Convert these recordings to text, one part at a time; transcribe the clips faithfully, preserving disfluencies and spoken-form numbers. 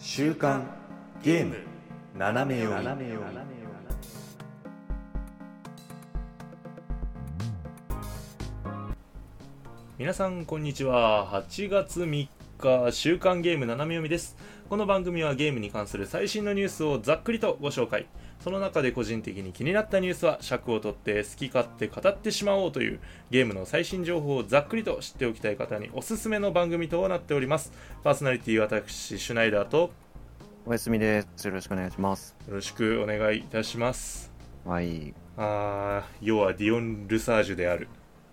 週刊ゲーム斜め読み。 皆さんこんにちは。はちがつみっか週刊ゲーム斜め読みです。この番組はゲームに関する最新のニュースをざっくりとご紹介、その中で個人的に気になったニュースは尺を取って好き勝手語ってしまおうというゲームの最新情報をざっくりと知っておきたい方におすすめの番組となっております。パーソナリティは私シュナイダーとおやすみです。よろしくお願いします。 よろしくお願いいたします。 はい。 あー、要はディオン・ルサージュである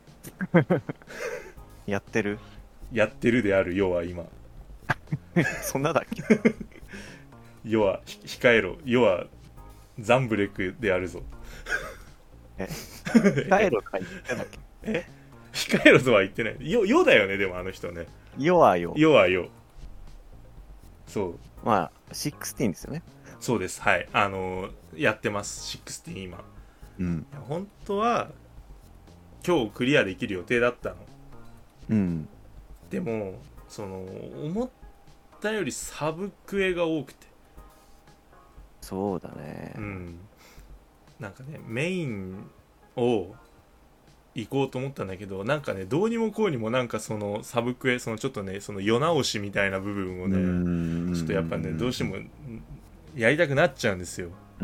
やってるやってるである要は今そんなだっけ要は控えろ、要はザンブレクであるぞえ控えろとか言ってんだっけえ控えろとは言ってない。よ、よだよね。でもあの人ね。 よはよ。 よはよ。そう。 まあ、じゅうろくですよね。 そうです。はい。あのー、やってます。じゅうろく今。 うん。 本当は、今日クリアできる予定だったの。 うん。 でも、その、思ったよりサブクエが多くて。 そうだね。 うん。なんかね、メインを行こうと思ったんだけど、なんかね、どうにもこうにもなんかそのサブクエ、そのちょっとね、その世直しみたいな部分をね、ちょっとやっぱね、どうしてもやりたくなっちゃうんですよ。 うん、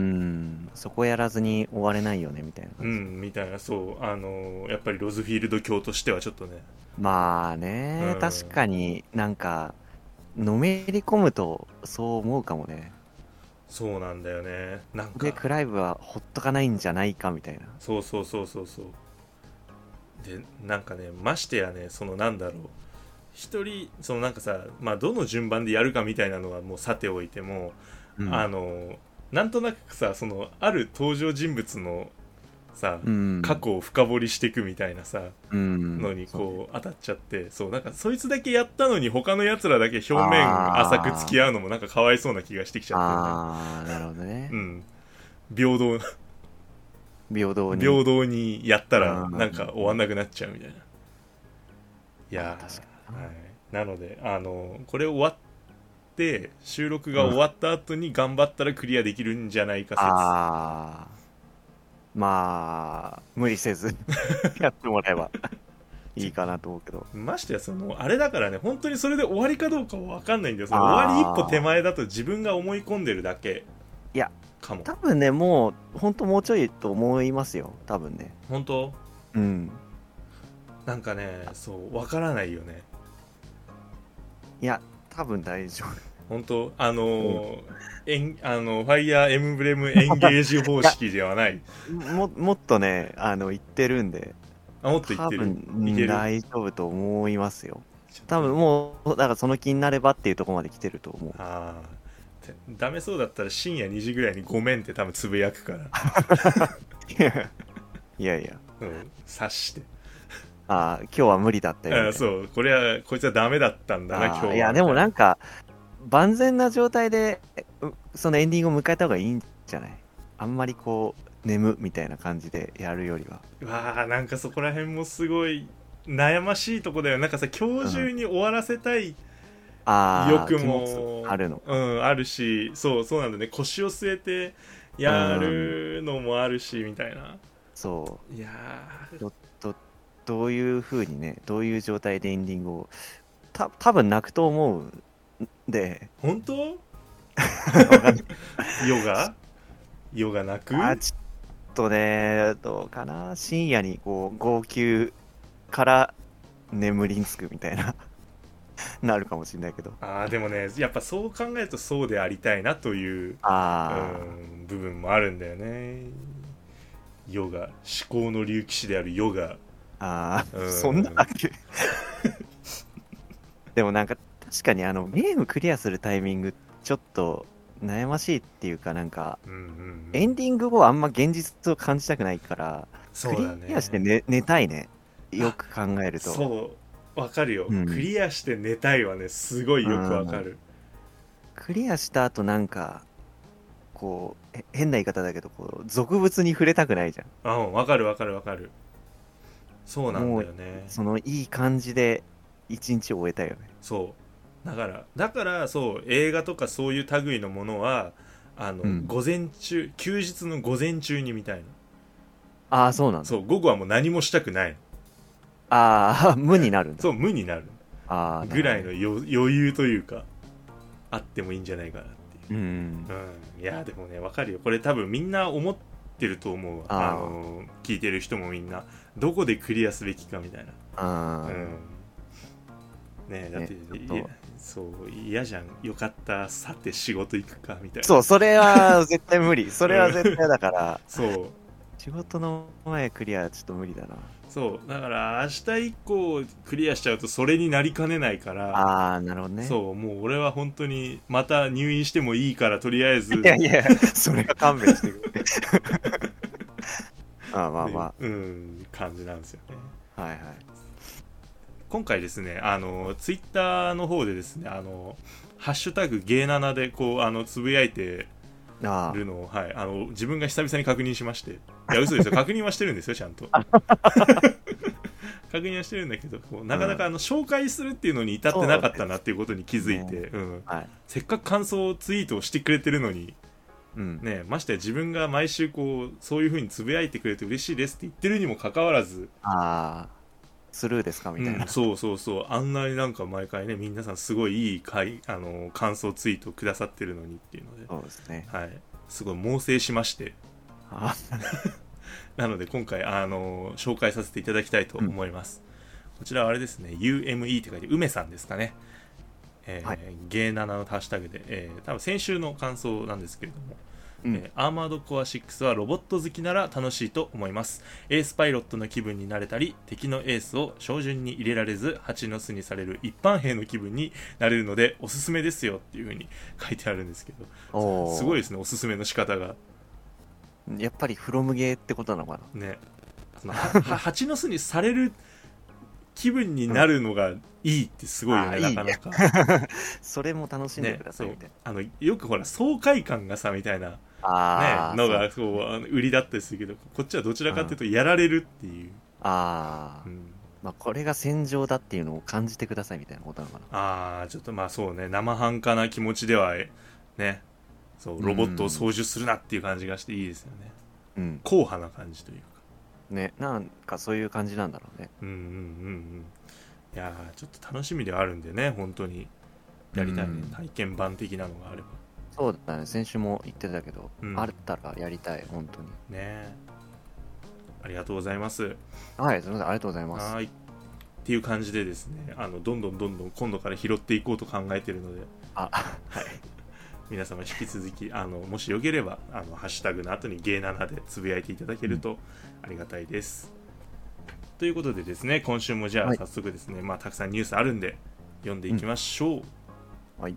そこやらずに終われないよねみたいな感じ。 うん、みたいな、そう、あのー、やっぱりロズフィールド教としてはちょっとね。 まあね、うん、確かになんか、のめり込むとそう思うかもね。 そうなんだよね。なんかでクライブはほっとかないんじゃないかみたいな。 そうそうそうそうそう。でなんかね、ましてやね、そのなんだろう、一人そのなんかさ、まあどの順番でやるかみたいなのはもうさておいても、うん、あのなんとなくさ、そのある登場人物のさ、うん、過去を深掘りしていくみたいなさ、うん、のにこう当たっちゃって、そうなんかそいつだけやったのに他のやつらだけ表面浅く付き合うのもなんかかわいそうな気がしてきちゃって、ね、 ああなるほどね。 うん、平等平等に平等にやったらなんか終わんなくなっちゃうみたいな。いやー、はい、なのであのこれ終わって収録が終わった後に頑張ったらクリアできるんじゃないか説。 あーまあ無理せずやってもらえばいいかなと思うけど、 ましてやそのあれだからね、本当にそれで終わりかどうかは分かんないんだよ。その終わり一歩手前だと自分が思い込んでるだけ。 いやかも多分ね、もう本当もうちょいと思いますよ多分ね。 本当？ うん。 なんかね、そう分からないよね。 いや多分大丈夫。 本当あのーうん、あのファイヤーエムブレムエンゲージ方式ではない。 も, もっとねあの言ってるんで。 あ、もっと言ってる。 多分大丈夫と思いますよ。多分もうだからその気になればっていうところまで来てると思う。 ああ。ダメそうだったら深夜にじぐらいにごめんって多分つぶやくからいやいや、 うん、察してああ今日は無理だったよ。 あそうこれはこいつはダメだったんだな今日は。 いやでもなんか万全な状態でそのエンディングを迎えた方がいいんじゃない？あんまりこう眠みたいな感じでやるよりは。 わあなんかそこら辺もすごい悩ましいとこだよ。なんかさ今日中に終わらせたい、うんあ欲もあるの、 うん、あるし、そうそうなんだね。腰を据えてやるのもあるし、うん、みたいな。 そういやー ど, どういう風にね、どういう状態でエンディングをた多分泣くと思うんで。 本当？ヨガヨガ泣く？ あちょっとねどうかな、深夜にこう号泣から眠りにつくみたいななるかもしれないけど。 あでもねやっぱそう考えるとそうでありたいなという、 あ、 うん、部分もあるんだよね。ヨガ、思考の竜騎士であるヨガ。 ああ、うん、そんなだっけでもなんか確かにあのゲームクリアするタイミングちょっと悩ましいっていうか、なんか、うんうんうん、エンディング後はあんま現実を感じたくないから、 そうだね、 クリアして 寝, 寝たいね。よく考えるとそうわかるよ、うん、クリアして寝たいはねすごいよくわかる。 クリアした後なんかこう変な言い方だけどこう俗物に触れたくないじゃん。 あわかるわかるわかる。そうなんだよね。 そのいい感じで一日を終えたよね。 そうだからだからそう映画とかそういう類のものはあの、うん、午前中休日の午前中に見たいの。 ああそうなんだ。 そう午後はもう何もしたくないの。 ああ無になるんだ。 そう無になるあぐらいの余裕というかあってもいいんじゃないかなっていう、うん、うん、いやでもね分かるよこれ多分みんな思ってると思う。ああの聞いてる人もみんなどこでクリアすべきかみたいな。あ、うん、ねえだって、ね、そう嫌じゃんよかったさて仕事行くかみたいな。 そうそれは絶対無理それは絶対だからそう仕事の前クリアちょっと無理だな。 そうだから明日以降クリアしちゃうとそれになりかねないから。 ああなるほどね。 そうもう俺は本当にまた入院してもいいからとりあえずいやいやそれは勘弁してくれああまあまあうん感じなんですよね。 はいはい。 今回ですねあのツイッターの方でですねあのハッシュタグゲーナナでこうあのつぶやいてるのを、はい、あの自分が久々に確認しまして。いや嘘ですよ確認はしてるんですよちゃんと確認はしてるんだけどこうなかなかあの、うん、紹介するっていうのに至ってなかったなっていうことに気づいて、ねうんはい、せっかく感想ツイートをしてくれてるのに、うんね、ましてや自分が毎週こうそういう風につぶやいてくれて嬉しいですって言ってるにもかかわらずあスルーですかみたいな、 うん、そうそうそうあんなになんか毎回ね皆さんすごいいいかいあの感想ツイートをくださってるのにっていうのでそうですね、 はい、すごい猛省しましてなので今回あの紹介させていただきたいと思います、うん、こちらはあれですね ユーエムイー って書いて梅さんですかね、えーはい、ゲーナナのハッシュタグで、えー、多分先週の感想なんですけれども、うんえー、アーマードコアシックスはロボット好きなら楽しいと思います。エースパイロットの気分になれたり敵のエースを照準に入れられず蜂の巣にされる一般兵の気分になれるのでおすすめですよっていう風に書いてあるんですけどすごいですねおすすめの仕方が。 やっぱりフロムゲーってことなのかなね。その蜂の巣にされる気分になるのがいいってすごいよね、うん、なかなかそれも楽しんでくださいみたいな、ね、 あのよくほら爽快感がさみたいなあ、 ね、のがそうあの売りだったりするけどこっちはどちらかっていうとやられるっていう、うん、 ああ、うんまあ、これが戦場だっていうのを感じてくださいみたいなことなのかな。 ああちょっとまあそうね生半可な気持ちではねそうロボットを操縦するなっていう感じがしていいですよね、うん、硬派な感じというかねなんかそういう感じなんだろうね。 うんうんうんうんいやちょっと楽しみではあるんでね本当にやりたいね、うん、体験版的なのがあれば。 そうだね先週も言ってたけど、うん、あったらやりたい本当にねありがとうございます。 はいすみませんありがとうございます。 はいっていう感じでですねあのどんどんどんどん今度から拾っていこうと考えているのであはい皆様引き続きあのもしよければあのハッシュタグの後にゲーナナでつぶやいていただけるとありがたいです、うん、ということでですね今週もじゃあ早速ですね、はいまあ、たくさんニュースあるんで読んでいきましょう、うん、 はい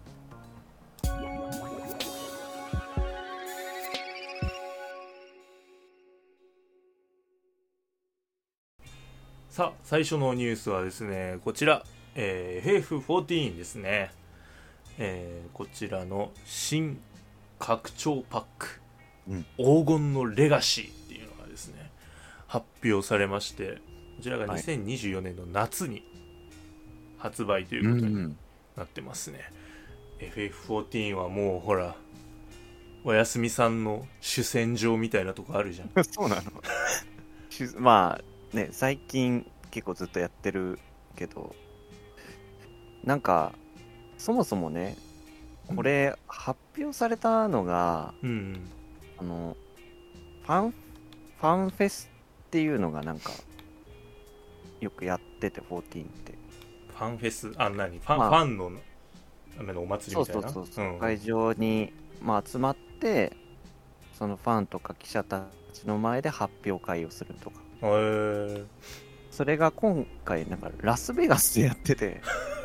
さあ最初のニュースはですねこちら、えー、エフエフフォーティーン ですね、えー、こちらの新拡張パック、うん、黄金のレガシーっていうのがですね発表されましてこちらがにせんにじゅうよねんの夏に発売ということになってますね、うんうん、エフエフフォーティーン はもうほらおやすみさんの主戦場みたいなとこあるじゃんそうなのまあね、最近結構ずっとやってるけどなんかそもそもねこれ発表されたのが、うんうん、あのファンファンフェスっていうのがなんかよくやっててじゅうよんってファンフェスあ何ファン、まあ、ファンのためのお祭りみたいなそうそうそうそう、うん、会場に、まあ、集まってそのファンとか記者たちの前で発表会をするとかへーそれが今回なんかラスベガスでやってて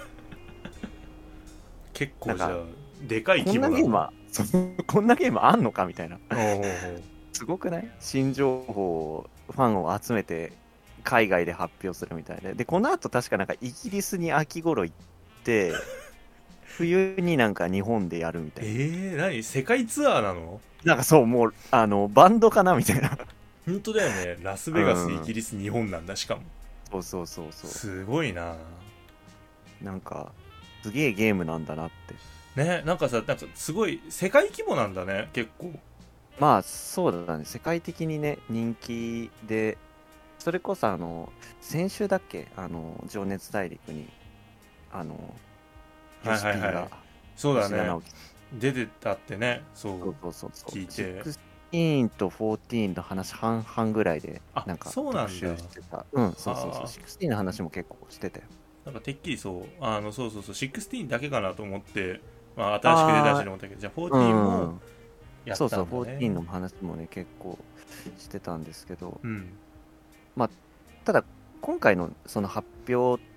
結構じゃあでかい規模なの。こんなゲームこんなゲームあんのかみたいなすごくない新情報をファンを集めて海外で発表するみたいででこの後確かなんかイギリスに秋頃行って冬になんか日本でやるみたいな。 えー、何世界ツアーなの？ なんかそうもうあのバンドかなみたいな本当だよねラスベガス、うん、イギリス日本なんだしかもそうそうそうそうすごいななんかすげえゲームなんだなってね。なんかさ、なんかすごい世界規模なんだね、結構。 まあそうだね、世界的にね人気で、それこそあの先週だっけ、あの情熱大陸にあのはいはいはいヨシピーがそうだね吉田直樹出てたってね。そうそうそうそうそう聞いてじゅうろくとじゅうよんの話半々ぐらいであなんかそうなんだ特集してた。うんそうそうそうあーじゅうろくの話も結構してたよ。 なんかてっきりそうあのそうそうそうじゅうろくだけかなと思って、まあ、新しく出たしと思ったけど、じゃあじゅうよんもやったんだね。 そうそうじゅうよんの話もね結構してたんですけど、 うんただ今回のその発表って、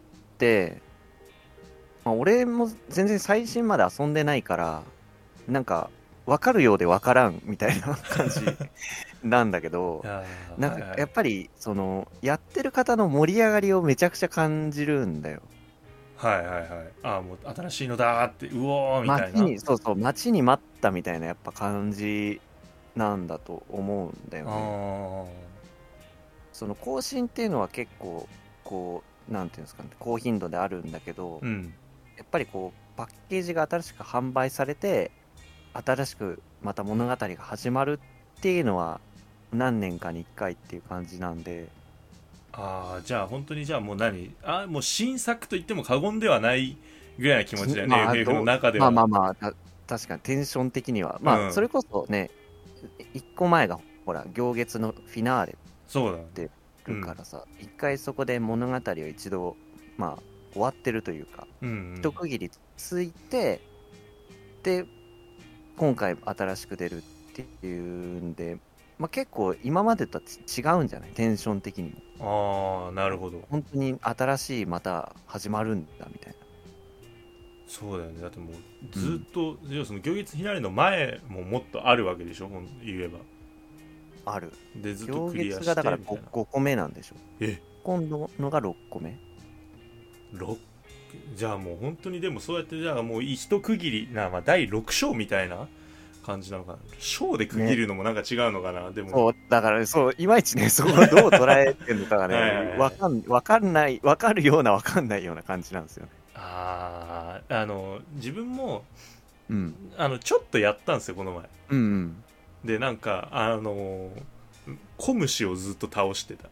まあ、俺も全然最新まで遊んでないからなんか分かるようで分からんみたいな感じなんだけどいやーなんはいはいかやっぱりそのやってる方の盛り上がりをめちゃくちゃ感じるんだよ。 はいはいはいああもう新しいのだーってうおーみたいな。 待ちにそうそう待ちに待ったみたいなやっぱ感じなんだと思うんだよね。 あその更新っていうのは結構こうなんていうんですかね高頻度であるんだけど、 ーうんやっぱりこうパッケージが新しく販売されて新しくまた物語が始まるっていうのは何年かにいっかいっていう感じなんで、 ああじゃあ本当にじゃあもう何あもう新作と言っても過言ではないぐらいな気持ちだよね、 まあエフエフ の中でまは。 あまあまあた確かにテンション的にはまあ、 うんそれこそねいっこまえがほら行月のフィナーレそうだてるからさ、一回そこで物語を一度まあ終わってるというかうんうん一区切りついて、で今回新しく出るっていうんで、まあ、結構今までとは違うんじゃないテンション的にも。 ああなるほど。 本当に新しいまた始まるんだみたいな。 そうだよね。だってもうずっと、要はその行月ひなれの前ももっとあるわけでしょ、ほん言えば。 あるでずっと行クリアして月がだからみたい 5, な。 ごこめなんでしょ。 え今度のがろっこめ。 ろくじゃあもう本当にでもそうやってじゃあもう一区切りな、まあ、だいろく章みたいな感じなのかな。章で区切るのもなんか違うのかな、でもそうだからそういまいちねそこをどう捉えてるのかがねはいはいはいわかんわかんないわかるようなわかんないような感じなんですよね。 あああの自分もうんあのちょっとやったんですよこの前うんうんで。なんかあの小虫をずっと倒してた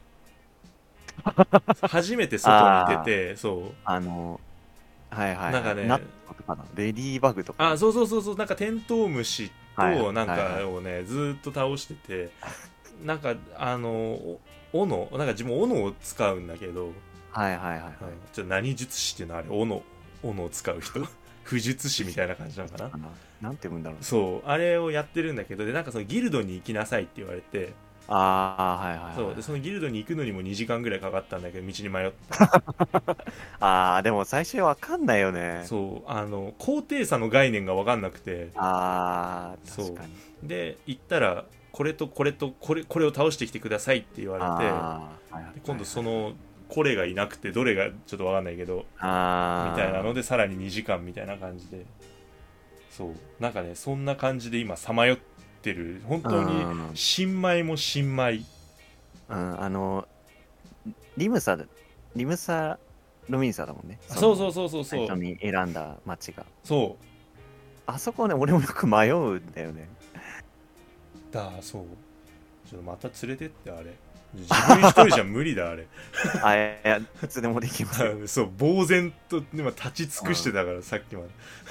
初めて外に出てそうあのはいはい、はい、 なんかねナットとかなレディーバグとかあそうそうそうそうなんかテントウムシはいとなんはいはいかをねずっと倒しててなんかあのお斧なんか自分斧を使うんだけど、 はいはいはいはいうんちょっと何術師っていうのはあれ斧斧を使う人不術師みたいな感じなのかな。 かななんて言うんだろうね。 そうあれをやってるんだけどでなんかそのギルドに行きなさいって言われてああはいはい、はい、 そうでそのギルドに行くのにもにじかんぐらいかかったんだけど道に迷ってああでも最初わかんないよね。 そうあの高低差の概念が分かんなくてああそう確かにで行ったらこれとこれとこれこれを倒してきてくださいって言われてあーはいはいはいで今度そのこれがいなくてどれがちょっと分かんないけどあーみたいなのでさらににじかんみたいな感じでそうなんかねそんな感じで今さまよってる本当にうん新米も新米うんあのリムサリムサルミンサだもんね。 そうそうそうそうそう最初に選んだ街がそうあそこね俺もよく迷うんだよね。 だそうちょっとまた連れてってあれ自分一人じゃ無理だあれあいやいつでもできますよ。 そう呆然と今立ち尽くしてたからさっきまで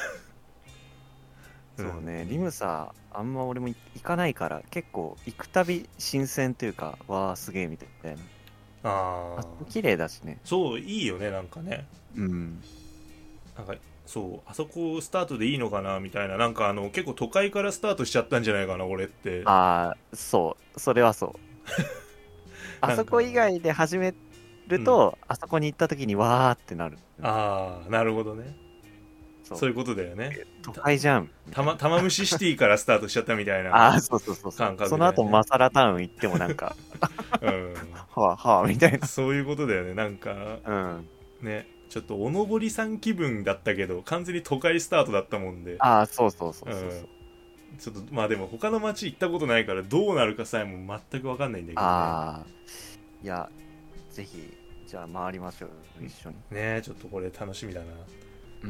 そうね、リムサあんま俺も行かないから結構行くたび新鮮というかわあすげえみたいな。 あああそこ綺麗だしね。 そういいよねなんかねうんなんかそうあそこスタートでいいのかなみたいななんかあの結構都会からスタートしちゃったんじゃないかな俺ってああそうそれはそうあそこ以外で始めると、うん、あそこに行った時にわーってなる。 ああなるほどねそうそういうことだよね。 都会じゃんたま玉虫シティからスタートしちゃったみたいなああそうそうそうそう感覚、ね、 その後マサラタウン行ってもなんかうんはあはあみたいなそういうことだよねなんか、 うん、 ねちょっとおのぼりさん気分だったけど完全に都会スタートだったもんでああそうそうそうそうそう、 うん、ちょっとまあでも他の街行ったことないからどうなるかさえも全く分かんないんだけどね。 ああいやぜひじゃあ回りましょう一緒にねちょっとこれ楽しみだな。 うん、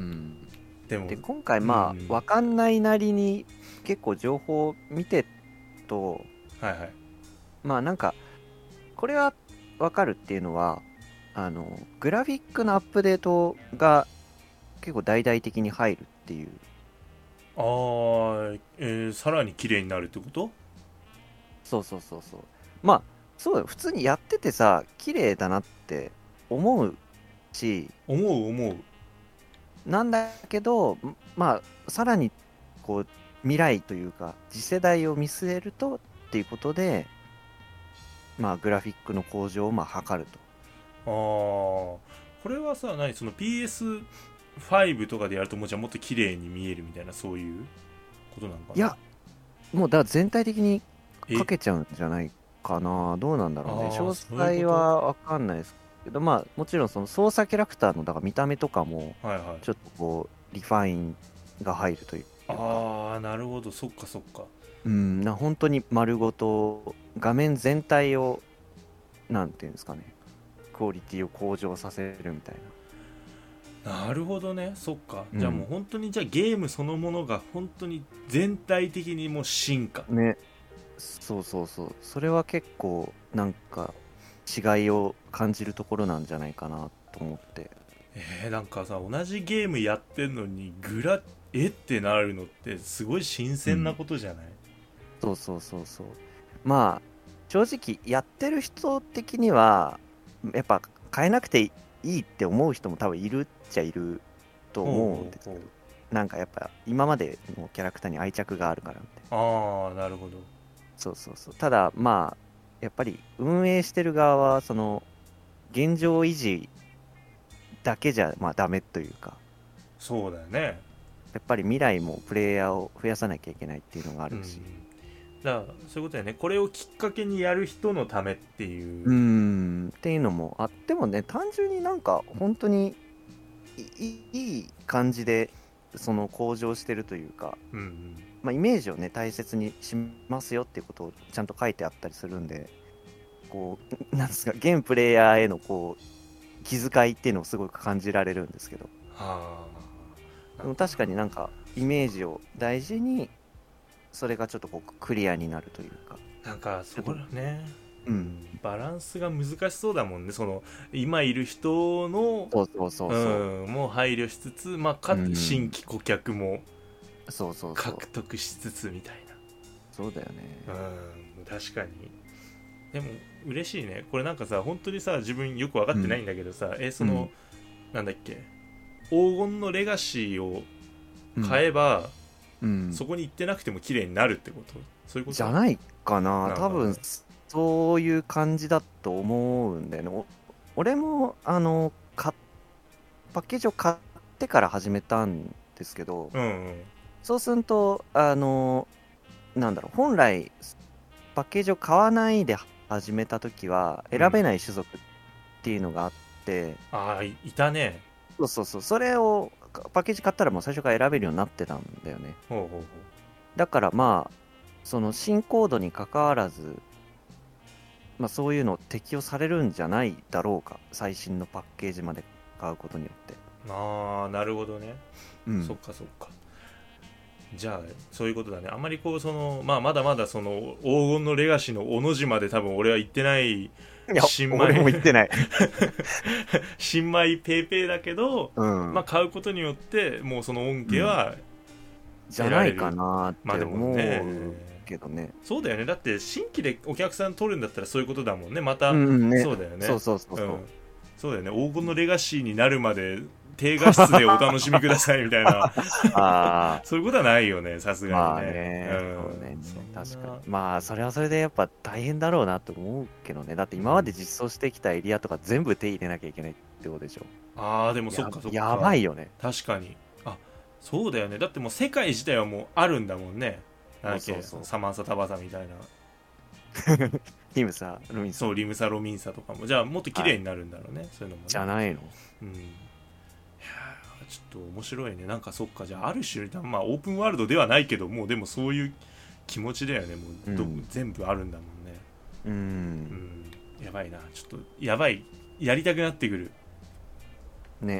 でもで今回まあ、 うん、 分かんないなりに結構情報を見てと、 はいはい、 まあなんかこれは分かるっていうのは、あのグラフィックのアップデートが結構大々的に入るっていう。 あー、えー、さらに綺麗になるってこと？ そうそうそうそう。まあそうだよ、普通にやっててさ綺麗だなって思うし、 思う思う。 なんだけど、まあさらにこう未来というか次世代を見据えるとっていうことで、まあグラフィックの向上をまあ図ると。 あー、これはさ、何その ピーエスファイブ とかでやるともうじゃあもっと綺麗に見えるみたいな、そういうことなのかな？ いや、もうだから全体的にえかけちゃうんじゃないかな。どうなんだろうね。 あー詳そういう細ことはわかんないですけど、まあもちろんその操作キャラクターのだから見た目とかもはいはい。 ちょっとこうリファインが入るというか、 ああ、なるほど、そっかそっか。 うんな本当に丸ごと画面全体をなんていうんですかね、クオリティを向上させるみたいなるほどね、そっか。 うんじゃあもう本当にじゃあゲームそのものが本当に全体的にもう進化。 なね。そうそうそう、それは結構なんか違いを感じるところなんじゃないかなと思って。 えー、なんかさ、同じゲームやってんのにグラえってなるのってすごい新鮮なことじゃない？ そうそうそうそう。まあ正直やってる人的にはやっぱ変えなくていいって思う人も多分いるっちゃいると思うんですけど、 ほうほうほなんかやっぱ今までのキャラクターに愛着があるからみたいな。 う。ああ、なるほど。 そうそうそう。ただまあやっぱり運営してる側はその現状維持だけじゃまあダメというか、 そうだよね。 やっぱり未来もプレイヤーを増やさなきゃいけないっていうのがあうん、 るし、 だからそういうことだよね。これをきっかけにやる人のためっていう。 うーんっていうのもあってもね、単純になんか本当にいいいい感じでその向上してるというか、 うんうん、 まあ、イメージをね大切にしますよっていうことをちゃんと書いてあったりするんで、こうなんですか、現プレイヤーへのこう気遣いっていうのをすごく感じられるんですけど、 はあ、 でも確かになんかイメージを大事にそれがちょっとこうクリアになるというか、 なんかそこらね、 うんバランスが難しそうだもんね。その今いる人のそうそうそうそう、 うん、もう配慮しつつ、まあ、かうんつ新規顧客もそうそうそう獲得しつつみたいそうだよね。 な。うん、確かに。でも嬉しいね。これなんかさ、本当にさ、自分よく分かってないんだけどさ、うん、えその、うん、なんだっけ、黄金のレガシーを買えば、うんうん、そこに行ってなくても綺麗になるってこと？そういうことじゃないかな。多分そういう感じだと思うんだよね。俺もあのパッケージを買ってから始めたんですけど、 うんうん、 そうするとあのなんだろう、本来パッケージを買わないで始めた時は選べない種族っていうのがあって、うん、 ああ い, いたね。 そうそうそう、それをパッケージ買ったらもう最初から選べるようになってたんだよね。 ほうほうほう。 だからまあその新コードに関わらず、まあ、そういうの適用されるんじゃないだろうか、最新のパッケージまで買うことによって。 ああ、なるほどね、うん、そっかそっか。じゃあそういうことだね。あんまりこうその、まあ、まだまだその黄金のレガシーのおの字まで多分俺は行ってない。 いや新米俺も行ってない新米ペイペイだけど、うん、まあ、買うことによってもうその恩恵は、うん、 じゃないかなって思うけどね。 そうだよね。だって新規でお客さん取るんだったらそういうことだもんね。また、うんね、そうだよね。 そうそうそうそう、うん、 そうだよね。黄金のレガシーになるまで低画質でお楽しみくださいみたいなあそういうことはないよね、さすがにね。まあね、うん、 そうね、確かに。まあそれはそれでやっぱ大変だろうなと思うけどね。だって今まで実装してきたエリアとか全部手入れなきゃいけないってことでしょ。 ああ、でもそっかそっか。 やばいよね。 確かに。あ、そうだよね。だってもう世界自体はもうあるんだもんね。なんだっけ、そうそうそう、サマンサタバサみたいなリムサロミンサ、 そうリムサロミンサとかもじゃあもっと綺麗になるんだろうね、はい、そういうのもね。 じゃないの。 うん、いやちょっと面白いね。なんかそっか、じゃあある種、まあオープンワールドではないけどもうでもそういう気持ちだよね。もうど、うん、全部あるんだもんね。うん、うん、やばいな。ちょっとやばい、やりたくなってくるね。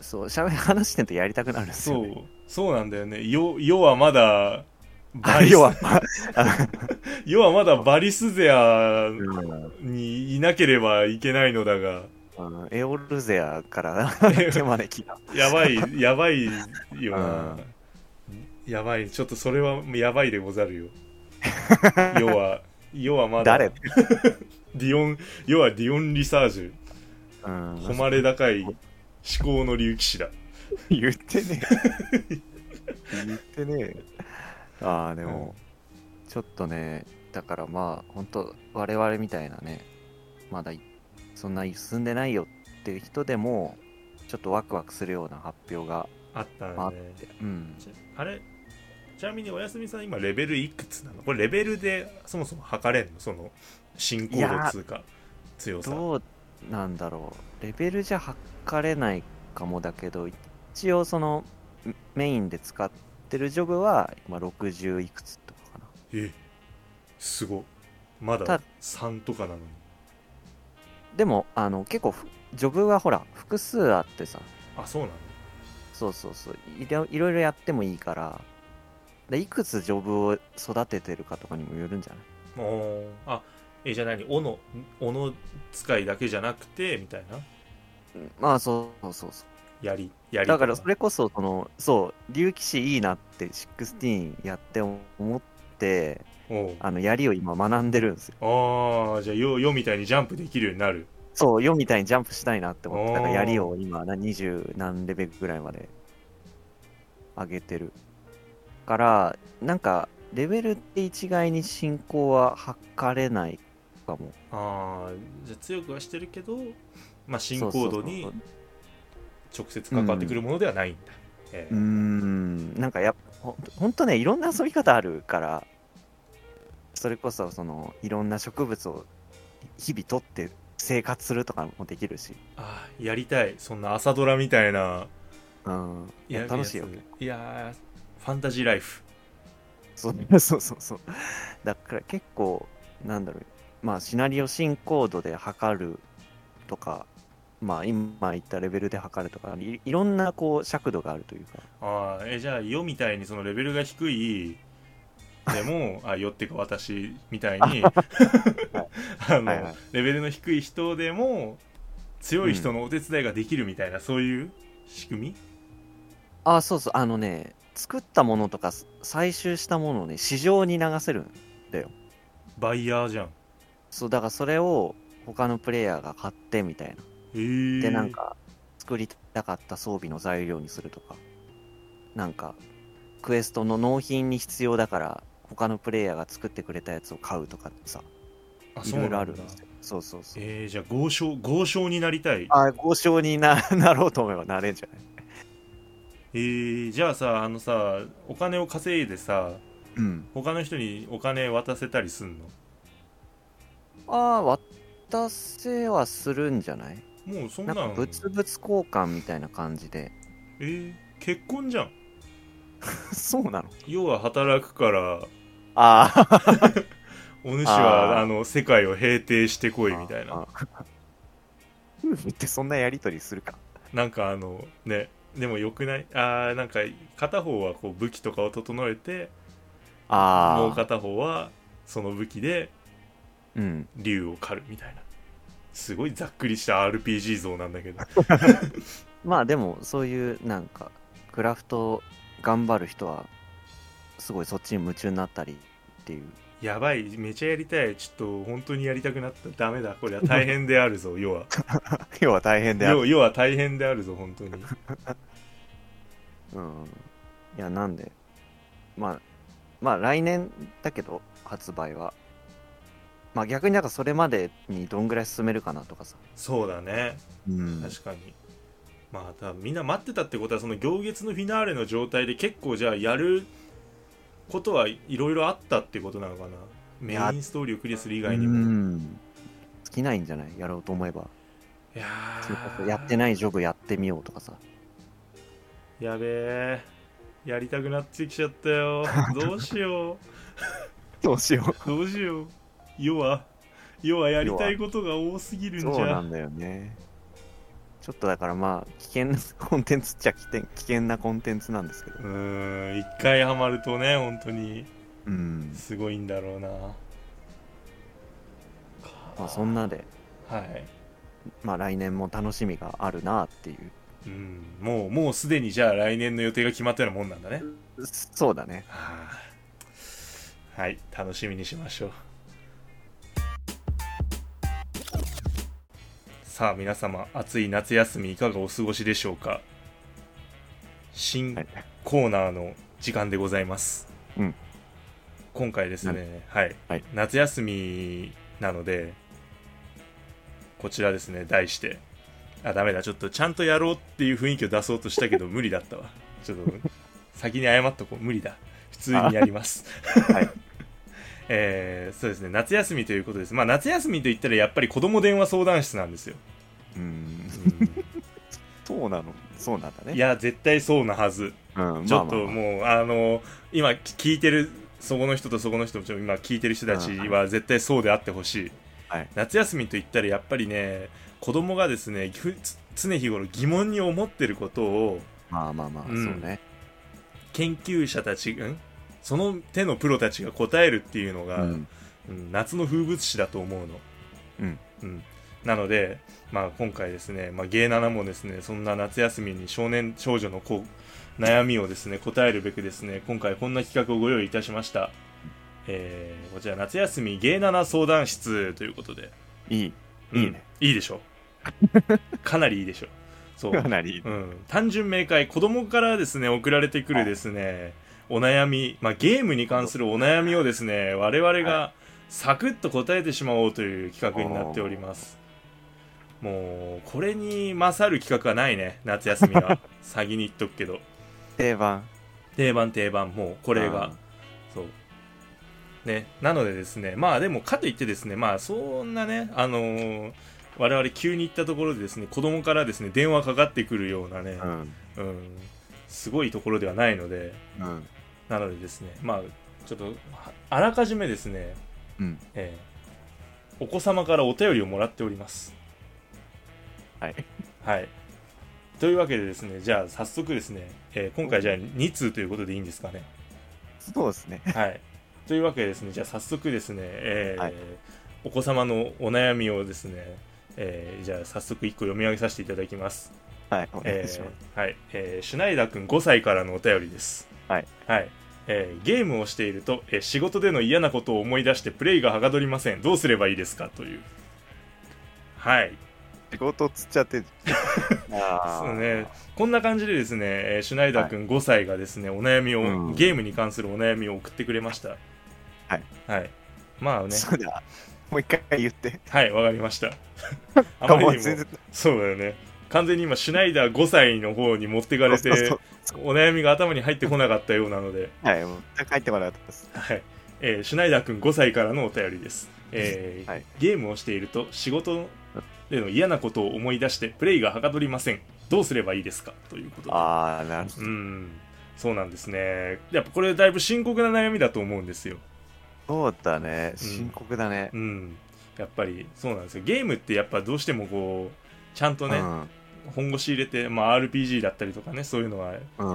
そうしゃべ話してんとやりたくなるんですよ、 そうね、 そうなんだよね。よ世はまだバリス要は世はまだバリスゼアうんにいなければいけないのだが、 うんエオルゼアから手招きがやばいやばいよな、やばい、ちょっとそれはやばいでござるよ。世は世はまだ誰ディオン世はディオンリサージュ、 うん誉れ高い思考の竜騎士だ。 言ってねえ言ってねえああでも、うん、ちょっとねだからまあ本当我々みたいなねまだそんな進んでないよっていう人でもちょっとワクワクするような発表があったね、 あって、うん、 あれちなみにおやすみさん今レベルいくつなの？これレベルでそもそも測れんの？その進行度つうか強さ。どうなんだろう、レベルじゃ測れないかもだけど、一応そのメインで使ってるジョブは今ろくじゅういくつとかかな。 えすご、まださんとかなのに。 でもあの結構ジョブはほら複数あってさ。 あ、そうなの？ そうそうそう、いろいろやってもいいから、でいくつジョブを育ててるかとかにもよるんじゃない？ おあえじゃあ何、斧斧使いだけじゃなくてみたいな。 まあそうそうそうそう、 やりやりだからそれこそそのそう竜騎士いいなってじゅうろくやって思ってあの槍を今学んでるんですよ。 ああ、じゃあよよみたいにジャンプできるようになる。 そうよみたいにジャンプしたいなって思って、だから槍を今にじゅう何レベルぐらいまで上げてるからなんかレベルって一概に進行は測れないかも。 ああ、じゃあ強くはしてるけど、まあ進行度に直接関わってくるものではないんだ。 うーん、なんかやっほほんとねいろんな遊び方あるから、それこそそのいろんな植物を日々取って生活するとかもできるし。 ああやりたい、そんな朝ドラみたいな。 うん、いや楽しいよ。 いやファンタジーライフ。 そうそうそうそう、だから結構なんだろう、まあシナリオ進行度で測るとか、まあ今言ったレベルで測るとか い, いろんなこう尺度があるというか。 ああえじゃあよみたいにそのレベルが低いでもあよってか私みたいにあの、はいはい、レベルの低い人でも強い人のお手伝いができるみたいな、うん、そういう仕組み。 あそうそう、あのね作ったものとか採集したものをね市場に流せるんだよ。 バイヤーじゃん。 そうだからそれを他のプレイヤーが買ってみたいな。 へーでなんか作りたかった装備の材料にするとか、なんかクエストの納品に必要だから他のプレイヤーが作ってくれたやつを買うとかさ、いろいろあるんですよ。そうそうそう。 えー、じゃあ豪商豪商になりたい。 あ豪商に な, なろうと思えばなれんじゃない。 えー、じゃあさあのさお金を稼いでさ、 うん、 他の人にお金渡せたりすんの？ ああ渡せはするんじゃない。 もうそんなんなんか物々交換みたいな感じで。 えー、結婚じゃん。 そうなの？ 要は働くからああお主は あ, あの世界を平定してこいみたいな。 夫婦ってそんなやり取りするか。 なんかあのね、でもよくない？あーなんか片方はこう武器とかを整えて、 あもう片方はその武器でうん竜を狩るみたいな、すごいざっくりした アールピージー 像なんだけどまあでもそういうなんかクラフト頑張る人はすごいそっちに夢中になったりっていう。 やばい、めちゃやりたい。ちょっと本当にやりたくなった。ダメだ、これは大変であるぞ要は要は大変である要は大変であるぞ本当にうんいやなんでまあまあ来年だけど発売は、まあ逆になんかそれまでにどんぐらい進めるかなとかさ。 そうだね、 うん、 確かに。まあ多分みんな待ってたってことはその行月のフィナーレの状態で結構じゃあやることはいろいろあったってことなのかな。メインストーリーをクリアする以外にも。 うん尽きないんじゃない、やろうと思えば。 いやーやってないジョブやってみようとかさ。 やべえ、やりたくなってきちゃったよどうしようどうしようどうしよう。要は要はやりたいことが多すぎるんじゃ。 そうなんだよね。 ちょっとだからまあ危険なコンテンツっちゃ危険危険なコンテンツなんですけど、 うーん一回ハマるとね本当にうんすごいんだろうな。 まあ、そんなではいまあ来年も楽しみがあるなっていう。 うん、もうもうすでにじゃあ来年の予定が決まったようなもんなんだね。 そうだね。 はあ、はい楽しみにしましょう。さあ皆様暑い夏休みいかがお過ごしでしょうか。新コーナーの時間でございます、 うん、 今回ですね、はい、 はい、 夏休みなのでこちらですね、題してあダメだちょっとちゃんとやろうっていう雰囲気を出そうとしたけど無理だったわ。ちょっと先に謝っとこう。無理だ、普通にやりますはい、えー、そうですね、夏休みということです。まあ夏休みといったらやっぱり子供電話相談室なんですよ。 うーんうんそうなの、そうなんだね。 いや絶対そうなはず、 うん、 ちょっともう、まあまあ、あの今聞いてるそこの人とそこの人も今聞いてる人たちは絶対そうであってほしい、 はい、 夏休みといったらやっぱりね子供がですね常日頃疑問に思ってることをまあまあまあ、うん、そうね、 研究者たち、うん、その手のプロたちが答えるっていうのが、うんうん、夏の風物詩だと思うの、 うんうん、なので、まあ、今回ですね、まあ、ゲイナナもですねそんな夏休みに少年少女のこう悩みをですね答えるべくですね今回こんな企画をご用意いたしました、えー、こちら夏休みゲイナナ相談室ということでいい、 うん、 いいね、 いいでしょかなりいいでしょ。そうかなりいい、 うん、単純明快、子供からですね送られてくるですねお悩み、まあ、ゲームに関するお悩みをですね我々がサクッと答えてしまおうという企画になっております。もうこれに勝る企画はないね、夏休みは先に言っとくけど定番定番定番、もうこれがそうね。なのでですね、まあでもかといってですね、まあそんなねあのー、我々急に行ったところでですね子供からですね電話かかってくるようなね、うんうん、すごいところではないので、うん、なのでですねまあちょっとあらかじめですね、うんえー、お子様からお便りをもらっております。 はい、 はい、というわけでですねじゃあ早速ですね、えー、今回じゃあに通ということでいいんですかね。 そうですね、 はい、というわけでですねじゃあ早速ですね、えーはい、 お子様のお悩みをですね、えー、じゃあ早速いっこ読み上げさせていただきます。 はい、お願いします。 えー、はい、えー、シュナイダーくんごさいからのお便りです。 はい、 はい、えー、ゲームをしていると、えー、仕事での嫌なことを思い出してプレイがはかどりません。どうすればいいですかという。はい、 仕事つっちゃってあそうね、こんな感じでですね、えー、シュナイダーくんごさいがですね、はい、お悩みを、うん、ゲームに関するお悩みを送ってくれました。 はい、 はい、まあね、 そうだ、もう一回言って。 はい、わかりました。あまりにもそうだよね、完全に今シュナイダーごさいの方に持ってかれてお悩みが頭に入ってこなかったようなのではい、もう入ってこなかったです。 はい、えー、シュナイダーくんごさいからのお便りです。えーはい、ゲームをしていると仕事での嫌なことを思い出してプレイがはかどりません。どうすればいいですかということで。 ああ、なるほど。 うん、そうなんですね。やっぱこれだいぶ深刻な悩みだと思うんですよ。 そうだね、深刻だね。 うん、うん、やっぱりそうなんですよ。ゲームってやっぱどうしてもこうちゃんとね、うん、本腰入れて、まあ、アールピージー だったりとかね、そういうのは、うん、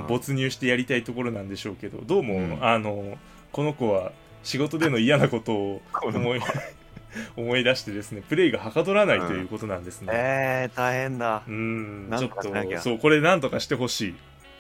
没入してやりたいところなんでしょうけど、どうも、うん、あのこの子は仕事での嫌なことを思い思い出してですねプレイがはかどらないということなんですね。 うん、えー、大変だ。 うんちょっとそうこれなんとかしてほしい。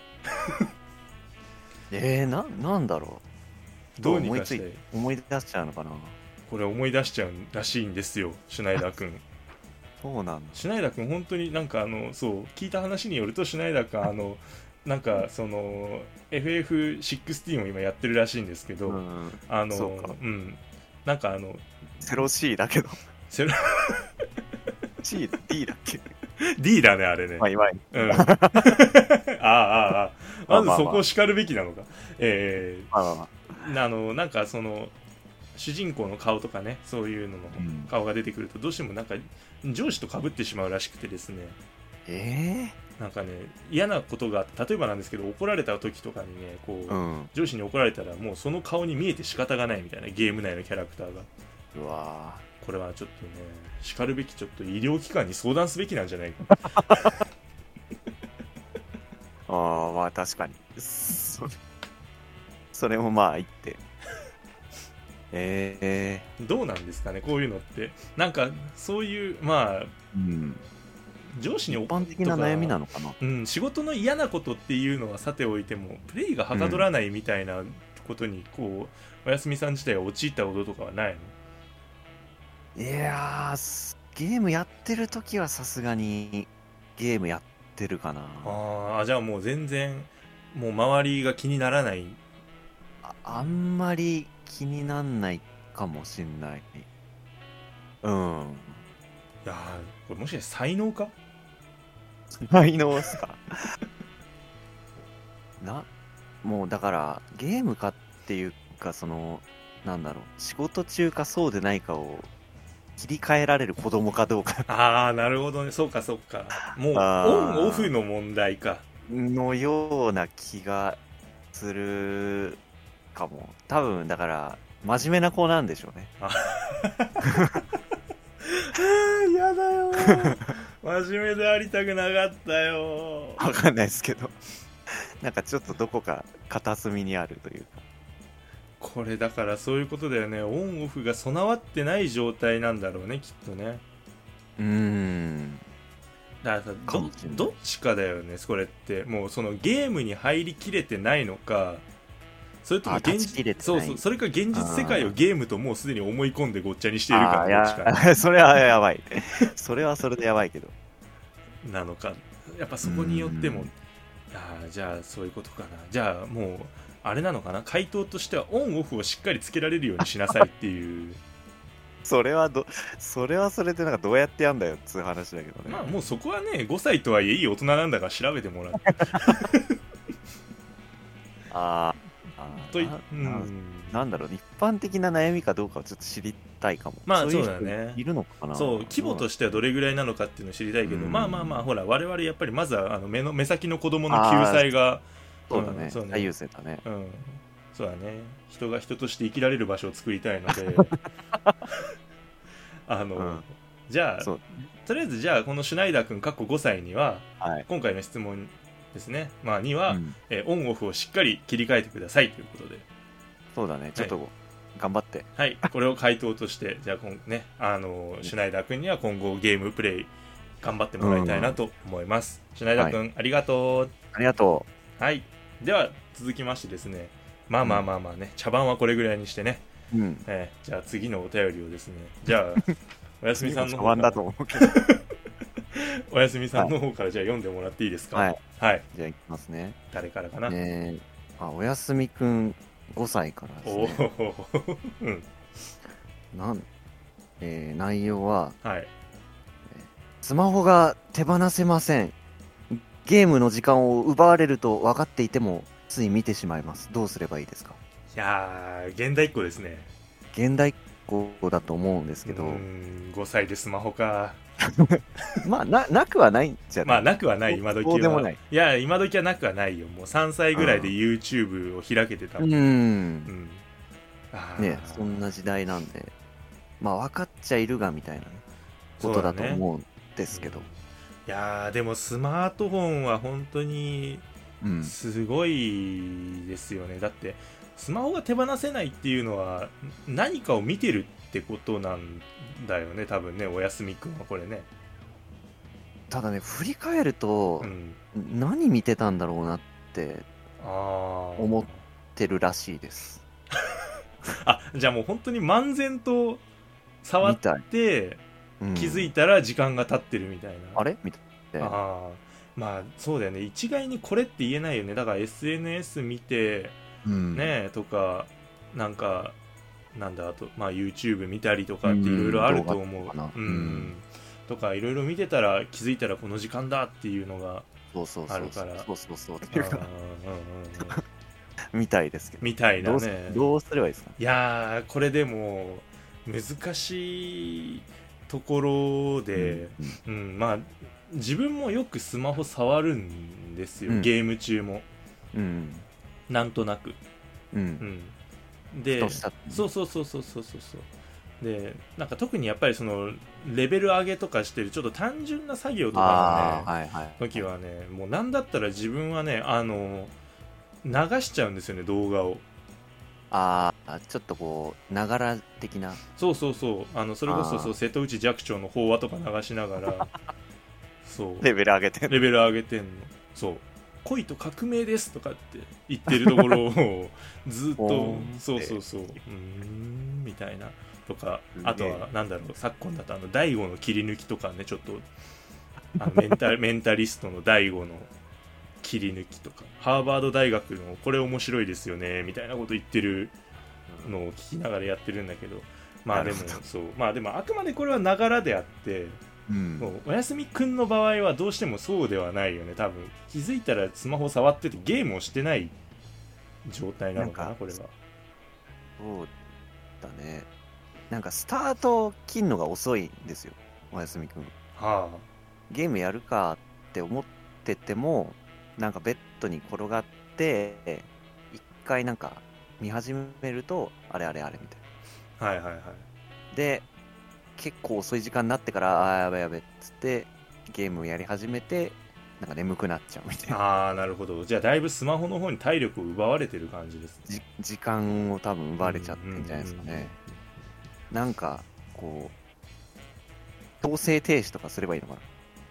えー、ななんだろう。 どうにかして思い出しちゃうのかな。 これ思い出しちゃうらしいんですよ、シュナイダー君。 そうなんだ。 シュナイダー君本当になんかあのそう聞いた話によるとシュナイダー君あのなんかその エフエフシックスティーン を今やってるらしいんですけど、うん、あのそうか、 うん、なんかあのゼロ C だけどゼロ C、D だっけ D だねあれね。 まあ今、うん、 ああああまずそこを叱るべきなのか。えー、まあまあまあ、あのなんかその主人公の顔とかねそういうのの顔が出てくるとどうしてもなんか上司と被ってしまうらしくてですね。 えー、 なんかね嫌なことが例えばなんですけど怒られた時とかにねこう、うん、上司に怒られたらもうその顔に見えて仕方がないみたいなゲーム内のキャラクターが。 うわこれはちょっとねしかるべきちょっと医療機関に相談すべきなんじゃないかああ、まあ確かに。それ、それもまあ言って。ええどうなんですかねこういうのって。なんかそういうまあ、 うん、 上司に一般的な悩みなのかな。 うん、仕事の嫌なことっていうのはさておいてもプレイがはかどらないみたいなことにこう、おやすみさん自体が陥ったこととかはないの？ いやー、ゲームやってる時はさすがにゲームやってるかな。 ああ、じゃあもう全然もう周りが気にならない。 あ、あんまり気になんないかもしんない。うん。 いやーこれもしかして才能か？ 才能っすかな、もうだからゲームかっていうか、そのなんだろう、仕事中かそうでないかを切り替えられる子供かどうかああなるほどね。そうかそうか。もうオあーンオフの問題か。 のような気がするかも。多分だから真面目な子なんでしょうね。 あーやだよー真面目でありたくなかったよー。 わかんないですけどなんかちょっとどこか片隅にあるというか。 これだからそういうことだよね。オンオフが備わってない状態なんだろうねきっとね。 うーん。 だからさかもしれないどどっちかだよねこれって。もうそのゲームに入りきれてないのか、それともあ現断ち切れてないそうそうそれか現実世界をゲームともうすでに思い込んでごっちゃにしているああ、いかのどっちかや、それはやばい。それはそれでやばいけど。 なのか。やっぱそこによっても、 うんああじゃあそういうことかな。じゃあもうあれなのかな、回答としてはオンオフをしっかりつけられるようにしなさいっていうそれはど、それはそれでなんかどうやってやんだよっつう話だけどね。 まあもうそこはねごさいとはいえいい大人なんだから調べてもらってあーあーといなうんななんだろう、一般的な悩みかどうかをちょっと知りたいかも。 まあいそうだね人いるのかな。 そう規模としてはどれぐらいなのかっていうのを知りたいけど、 うんまあまあまあほら我々やっぱりまずはあの目の目先の子供の救済がそうだね、 うんそうね最優先だね。 うんそうだね。人が人として生きられる場所を作りたいのであの、 うんじゃあそうとりあえずじゃあこのシュナイダー君かっこごさいにははい。 今回の質問ですね、まあ、には、 うんえーオンオフをしっかり切り替えてくださいということで、 そうだね、ちょっと頑張って。 はい、これを回答としてじゃあこん、ね、あのシュナイダー君には今後ゲームプレイ頑張ってもらいたいなと思います、シュナイダー君、ありがとありがとう。はいでは続きましてですね、まあまあまあまあね、茶番はこれぐらいにしてね、 う。うん。 えーじゃあ次のお便りをですね、じゃあおやすみさんの方から茶碗だと思うけど。 おやすみさんの方からじゃあ読んでもらっていいですか？ はい、 はい、 じゃあいきますね。 誰からかな。 えー、あ、おやすみくんごさいからおですね。 おうんなん、えー、内容は、 はいスマホが手放せません。ゲームの時間を奪われると分かっていても、つい見てしまいます。どうすればいいですか？ いやー現代っ子ですね。 現代っ子だと思うんですけど、 うーんごさいでスマホか。 まあ、な、なくはないんじゃない？ まあなくはない今時は。 そうでもない。 いや今時はなくはないよ。もうさんさいぐらいで YouTube を開けてたも。 うん。 うんんあーね、そんな時代なんで、まあ分かっちゃいるがみたいなねことだと思うんですけど。 いやーでもスマートフォンは本当にうん。 すごいですよね。だってスマホが手放せないっていうのは何かを見てるってことなんだよね多分ね、おやすみくんはこれね。 ただね、振り返るとう、ん何見てたんだろうなってあー思ってるらしいです。 あじゃあもう本当に漫然と触っみたい。 てうん気づいたら時間が経ってるみたいな、 あれみたいな。 ああまあそうだよね、一概にこれって言えないよね。だから エスエヌエス 見てうん。 ねとかなんかなんだあと、まあ、YouTube 見たりとかっていろいろあると思う、 うん動画とかなうんうんとかいろいろ見てたら気づいたらこの時間だっていうのがそうそうそう。 あるからそうそうそう。ってあーうんいうか、 うんうんみたいですけど。 みたいなどうすね。 どうすればいいですか？ いやーこれでも難しいところで、 うんうんまあ自分もよくスマホ触るんですよ、 うんゲーム中もうん。 なんとなく、 うん。 うん、でふとしたそうそうそうそうそうそうそうでなんか特にやっぱりそのレベル上げとかしてるちょっと単純な作業とかのね、 はいはい、 時はねもうなんだったら自分はねあの流しちゃうんですよね動画を。 ああ、ちょっとこうながら的な。 そうそうそう、あのそれこそそう瀬戸内寂聴の法話とか流しながらそうレベル上げてレベル上げてんの。そう恋と革命ですとかって言ってるところをずっとそうそうそううーんみたいなとか、あとはなんだろう昨今だとあの大悟の切り抜きとかねちょっとあのメンタメンタリストの大悟の切り抜きとかハーバード大学のこれ面白いですよねみたいなこと言ってるのを聞きながらやってるんだけど、まあでもそうまあでもあくまでこれはながらであって、うん、もうおやすみくんの場合はどうしてもそうではないよね。多分気づいたらスマホ触っててゲームをしてない状態なのかなこれは。 そうだね。なんかスタート切るのが遅いんですよおやすみくん。 はあ、 ゲームやるかって思っててもなんかベッドに転がって一回なんか見始めるとあれあれあれみたいな。はいはいはい。 で結構遅い時間になってからあーやべやべっつってゲームをやり始めてなんか眠くなっちゃうみたいな。 ああなるほど。じゃあだいぶスマホの方に体力を奪われてる感じですね。 時間を多分奪われちゃってんじゃないですかね。なんかこう強制停止とかすればいいのかな。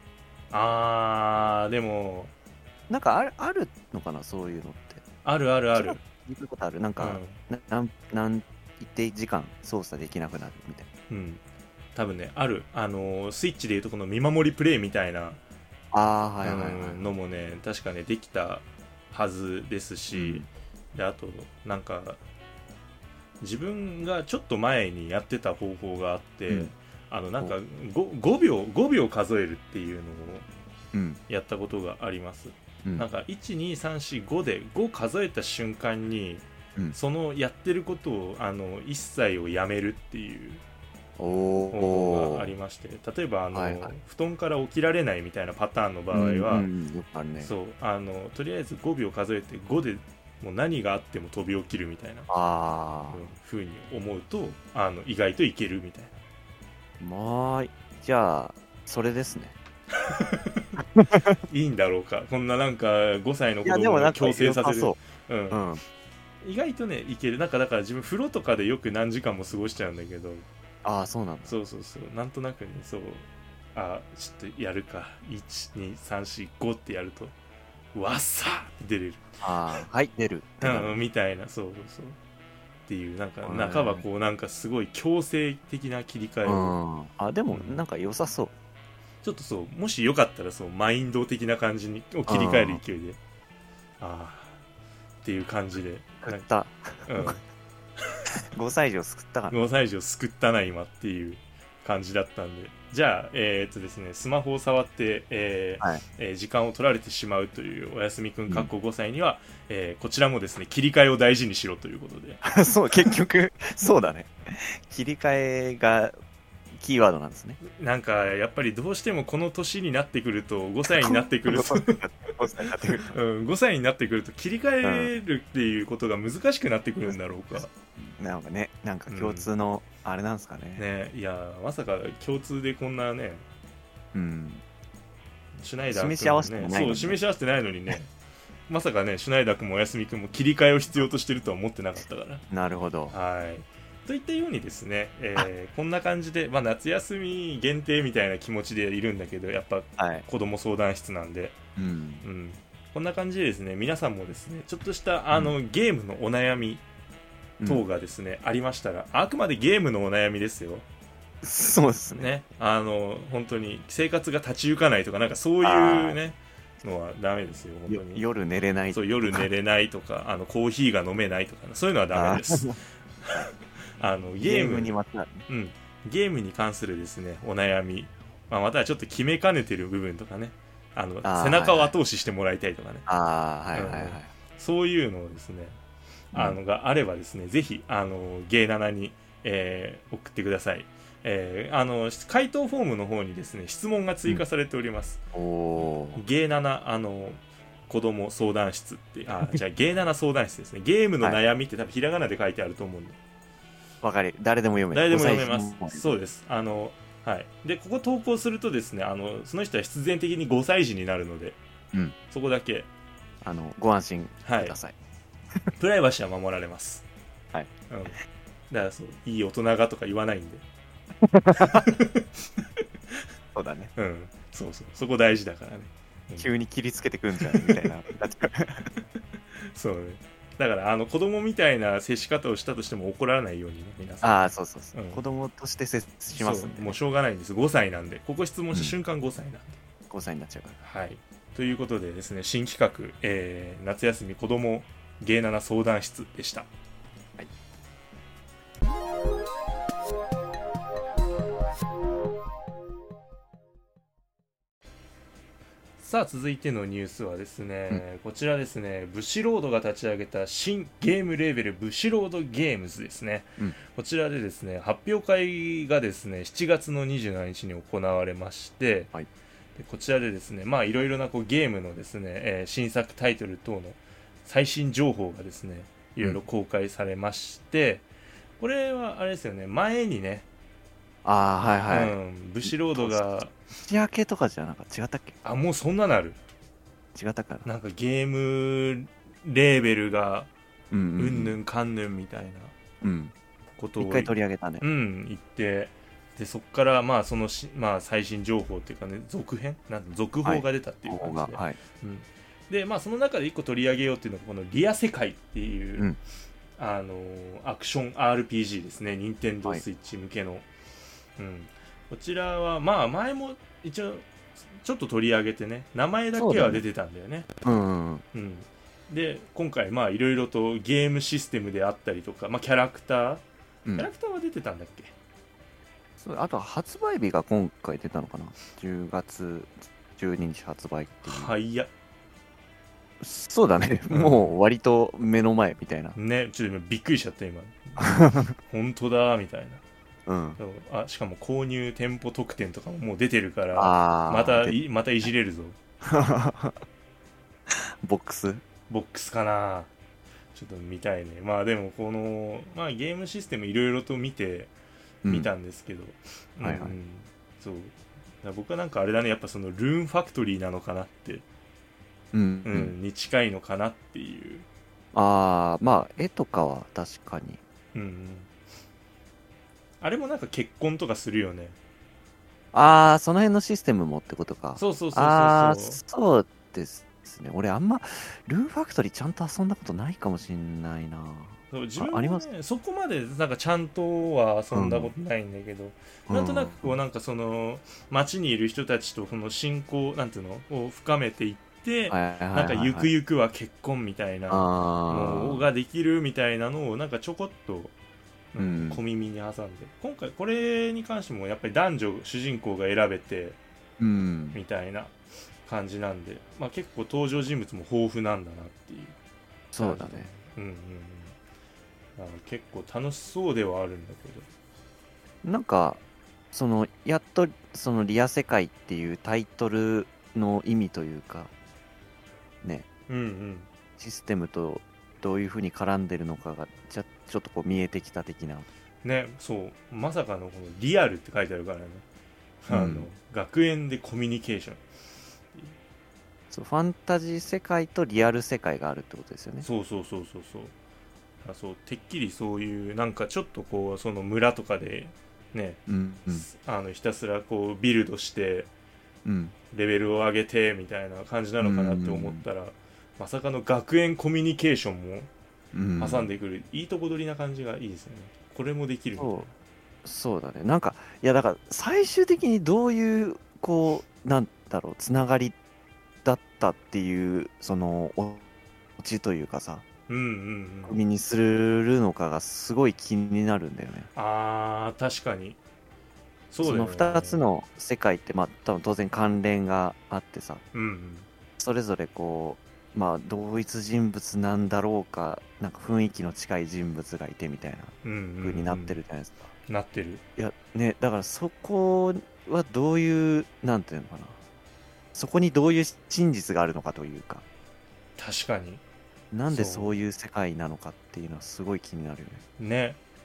あーでもなんかあるあるのかなそういうのって。 あるあるある。 聞いたことある。なんか、うん、ななんなん一定時間操作できなくなるみたいな。 うん多分ねある。あのー、スイッチでいうとこの見守りプレイみたいなあー、はいはいはい、 のもね確かねできたはずですし、うん、であとなんか自分がちょっと前にやってた方法があって、うん、あのなんか 5, 5秒ごびょう数えるっていうのをやったことがあります、うん、なんかいちにさんしごでご数えた瞬間に、うん、そのやってることをあの一切をやめるっていう方法がありまして、例えばあの、はいはい、布団から起きられないみたいなパターンの場合は、うんうんね、そうあのとりあえずごびょう数えてごでもう何があっても飛び起きるみたいなあふうに思うとあの意外といけるみたいな。まあじゃあそれですねいいんだろうかこんななんかごさいの子供を強制させる。うん、うん、意外とねいける。なんかだから自分風呂とかでよく何時間も過ごしちゃうんだけど。 ああそうなんだ。 そうそうそうなんとなくねそうあちょっとやるかいちにさんしごってやるとわっさーって出れる。 ああはい出る、 うん、みたいなそうそうそうっていうなんか半ばこうなんかすごい強制的な切り替えを。 あでもなんか良さそう、うん、 ちょっとそうもしよかったらそうマインド的な感じにを切り替える勢いでああっていう感じで食った、うんごさい児を救ったかな。 ごさい児を救ったな今っていう感じだったんで、じゃあえー、っとですねスマホを触って、えーはいえー、時間を取られてしまうというおやすみくんかっこごさいには、うんえー、こちらもですね切り替えを大事にしろということでそう結局そうだね切り替えがキーワードなんですね。 なんかやっぱりどうしてもこの年になってくるとごさいになってくるとごさいになってくると、うん、ごさいになってくると切り替えるっていうことが難しくなってくるんだろうか。 なんかねなんか共通のあれなんですかね。 うん、ねいやまさか共通でこんなね、 うん、 シュナイダー君、 ね、示し合わせてないのに、ね、 そう示し合わせてないのにねまさかねシュナイダー君もおやすみ君も切り替えを必要としてるとは思ってなかったから。 なるほど。 はいといったようにですね、えー、こんな感じで、まあ、夏休み限定みたいな気持ちでいるんだけどやっぱ子ども相談室なんで、 うんうん、 こんな感じでですね皆さんもですねちょっとしたあの、うん、ゲームのお悩み等がですね、うん、ありましたらあくまでゲームのお悩みですよ。 そうですね。 ねあの本当に生活が立ち行かないとかなんかそういうねのはダメですよ本当に。 夜寝れないそう夜寝れないとかあのコーヒーが飲めないとかそういうのはダメですあのゲーム、 ゲームにまつわる、 うん、ゲームに関するですねお悩み、まあ、またはちょっと決めかねてる部分とかねあの背中を後押ししてもらいたいとかねあ、はいはいはいはい、 そういうのをですねあの、うん、があればですねぜひあのゲイナナに、えー、送ってください。えー、あの回答フォームの方にですね質問が追加されております、 うん、おゲイナナあの子供相談室ってあじゃあゲイナナ相談室ですね。ゲームの悩みって多分ひらがなで書いてあると思うんでわかる。誰でも読める。 誰でも読めます。 ごさい児もそうです。あの、はい。で、ここ投稿するとですね、あの、その人は必然的にごさい児になるので、 うん。 そこだけ、 あの、ご安心くはい。 ださい。 プライバシーは守られます。 はい。 うん。だからそう、いい大人がとか言わないんで。 そうだね。 うん。そうそう。そこ大事だからね。うん急に切りつけてくんじゃんみたいな。 そうね。だからあの子供みたいな接し方をしたとしても怒らないようにね、皆さん。 ああ、そうそうそう、 うん子供として接しますんで、 そうもうしょうがないんです。ごさいなんで。ここ質問した瞬間ごさいなんで。 ごさいになっちゃうから。 はい。ということでですね、新企画、えー夏休み子供芸なな相談室でした。 はい。 さあ続いてのニュースはですね、こちらですね、ブシロードが立ち上げた新ゲームレーベルブシロードゲームズですね、 うんこちらでですね発表会がですねしちがつのにじゅうしちにちに行われまして、 はいでこちらでですねまあいろいろなこうゲームのですね、えー新作タイトル等の最新情報がですねいろいろ公開されまして、これはあれですよね、前にね、 ああ、はいはい。 うん、ブシロードが年明けとかじゃなかった違ったっけ？ あもうそんななる違ったかな。 なんかゲームレーベルがうんうん、 うんぬんかんぬんみたいなうん。 ことを一回取り上げたね。 うん言って、でそこからまあそのし、まあ、最新情報っていうかね続編なんて続報が出たっていう感じで、 がはい。 うん、でまあその中で一個取り上げようっていうのがこのリア世界っていう、 うんあのアクション アールピージー ですね、任天堂スイッチ向けの、うん、こちらはまあ前も一応ちょっと取り上げてね、名前だけは出てたんだよね。 うんうんうん。 うん、で今回まあいろいろとゲームシステムであったりとか、まあ、キャラクターキうんャラクターは出てたんだっけ、 そうあとは発売日が今回出たのかな。じゅうがつじゅうににち発売っていう。 はいやそうだね、 うんもう割と目の前みたいな。 ね、ちょっと今びっくりしちゃった今本当だみたいな。 うん。 そうあしかも購入店舗特典とかももう出てるから、 ああ。 またでいまたいじれるぞ。 ボックスボックスかな、ちょっと見たいね。まあでもこの、まあ、ゲームシステムいろいろと見て見たんですけど、うんはいはいうんそうだから僕はなんかあれだね、やっぱそのルーンファクトリーなのかなって、 うん、ううんん。 に近いのかなっていう、 ああ、まあ、絵とかは確かに。 うんうん、あれもなんか結婚とかするよね。 ああ、その辺のシステムもってことか。 そうそうそうああ、 そうそうそうですね。俺あんま、ルーンファクトリーちゃんと遊んだことないかもしんないな。 そう自分も、 あありますね、そこまでなんかちゃんとは遊んだことないんだけど、 うんなんとなくこうなんかその街にいる人たちとその親交なんていうのを深めていって、 はいはいはいはいなんかゆくゆくは結婚みたいなあのができるみたいなのをなんかちょこっと、 うん小耳に挟んで、今回これに関してもやっぱり男女主人公が選べてーうん。 みたいな感じなんで、まあ、結構登場人物も豊富なんだなっていう。 そうだね。 うんうんうん、だから結構楽しそうではあるんだけど、 なんか、その、やっと、その、リア世界っていうタイトルの意味というか、ね、 うんうんシステムとどういう風に絡んでるのかが、ちょちょっとこう見えてきた的な。 ね、そうまさかのこのリアルって書いてあるからね、 うんあの学園でコミュニケーション、 そう、ファンタジー世界とリアル世界があるってことですよね。 そうそうそうそうそうあそうてっきりそういうなんかちょっとこうその村とかでね、 うん、うん、 あのひたすらこうビルドしてうん。 レベルを上げてみたいな感じなのかなって思ったら、まさかの学園コミュニケーションもうん、 挟んでくる、いいとこ取りな感じがいいですよね。これもできるみたいな。 そうそうだね。なんか、いや、だから、最終的にどういう、こう、なんだろう、つながりだったっていう、その、オチというかさ、 うんうんうん。 身にするのかがすごい気になるんだよね。 あー確かにそうだよね。 そのふたつの世界って、まあ、多分当然関連があってさ、 うんうんそれぞれこう、まあ、同一人物なんだろうか、なんか雰囲気の近い人物がいてみたいなうんうんうん風になってるじゃないですか。 なってる。 いや、ね、だからそこはどういう、なんていうのかな。そこにどういう真実があるのかというか、 確かになんでそうそういう世界なのかっていうのはすごい気になるよね。 ね。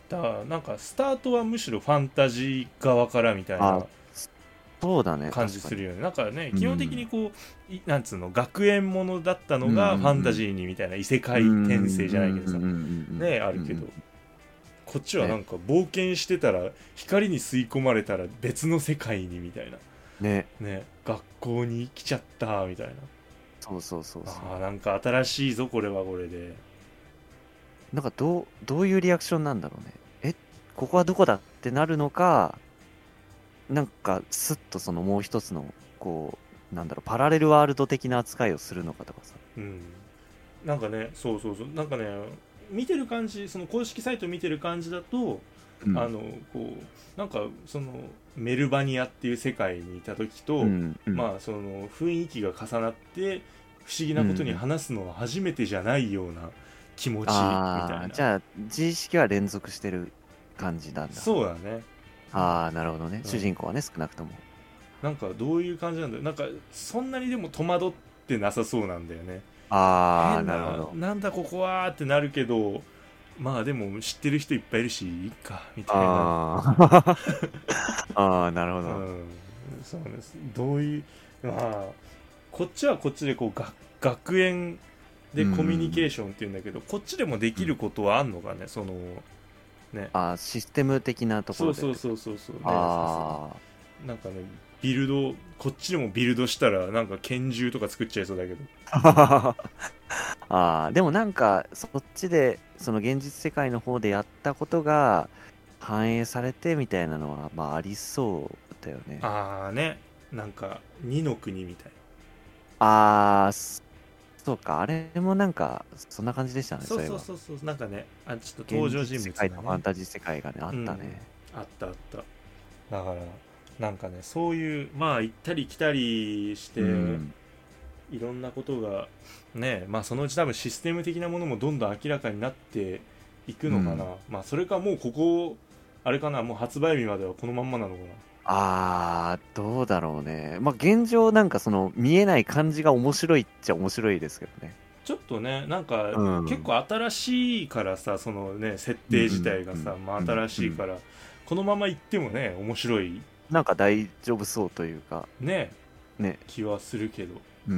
だからなんかスタートはむしろファンタジー側からみたいあなそうだね感じするよね。なんかね、 うん基本的にこういなんつうの学園ものだったのがうんファンタジーにみたいな異世界転生じゃないけどさ、ねあるけど、 うんこっちはなんか冒険してたら光に吸い込まれたら別の世界にみたいなねね、学校に来ちゃったみたいな。 そうそうそうそうあーなんか新しいぞこれはこれで。 なんかどうどういうリアクションなんだろうね。えここはどこだってなるのか、なんかスッとそのもう一つのこうなんだろうパラレルワールド的な扱いをするのかとかさ。 うん、なんかねそうそうそうなんかね見てる感じその公式サイト見てる感じだと、 うん、 あのこうなんかそのメルバニアっていう世界にいた時と、 うんうん、 まあその雰囲気が重なって不思議なことに話すのは初めてじゃないような気持ちみたいな。 じゃあ自意識は連続してる感じなんだ。 そうだね。 ああなるほどね、 うん、 主人公はね少なくとも。 なんかどういう感じなんだよ。なんかそんなにでも戸惑ってなさそうなんだよね。 ああなるほど。 なんだここはってなるけど、まあでも知ってる人いっぱいいるしいいかみたいな。 ああなるほど、 うん、そうです。どういうまあこっちはこっちでこうが学園でコミュニケーションっていうんだけど、うん、こっちでもできることはあんのかね、そのね。 あシステム的なところで。 そうそうそうそうそう、ね、 あなんかねビルドこっちでもビルドしたらなんか拳銃とか作っちゃいそうだけどあでもなんかそっちでその現実世界の方でやったことが反映されてみたいなのはまあありそうだよね。 ああねなんか二の国みたいああそうかあれもなんかそんな感じでしたね。 そうそうそうそうなんかねあちょっと登場人物が、ね、 現実世界とファンタジー世界がねあったね、うん、 あったあっただからなんかねそういうまあ行ったり来たりして、うん、いろんなことがねまあそのうち多分システム的なものもどんどん明らかになっていくのかな、うん、まあそれかもうここあれかなもう発売日まではこのまんまなのかな。 あーどうだろうね。まあ現状なんかその見えない感じが面白いっちゃ面白いですけどね。 ちょっとねなんか、うん、結構新しいからさそのね設定自体がさ、うん、まあ新しいから、うん、このまま行ってもね面白いなんか大丈夫そうというかねね気はするけど、 うん、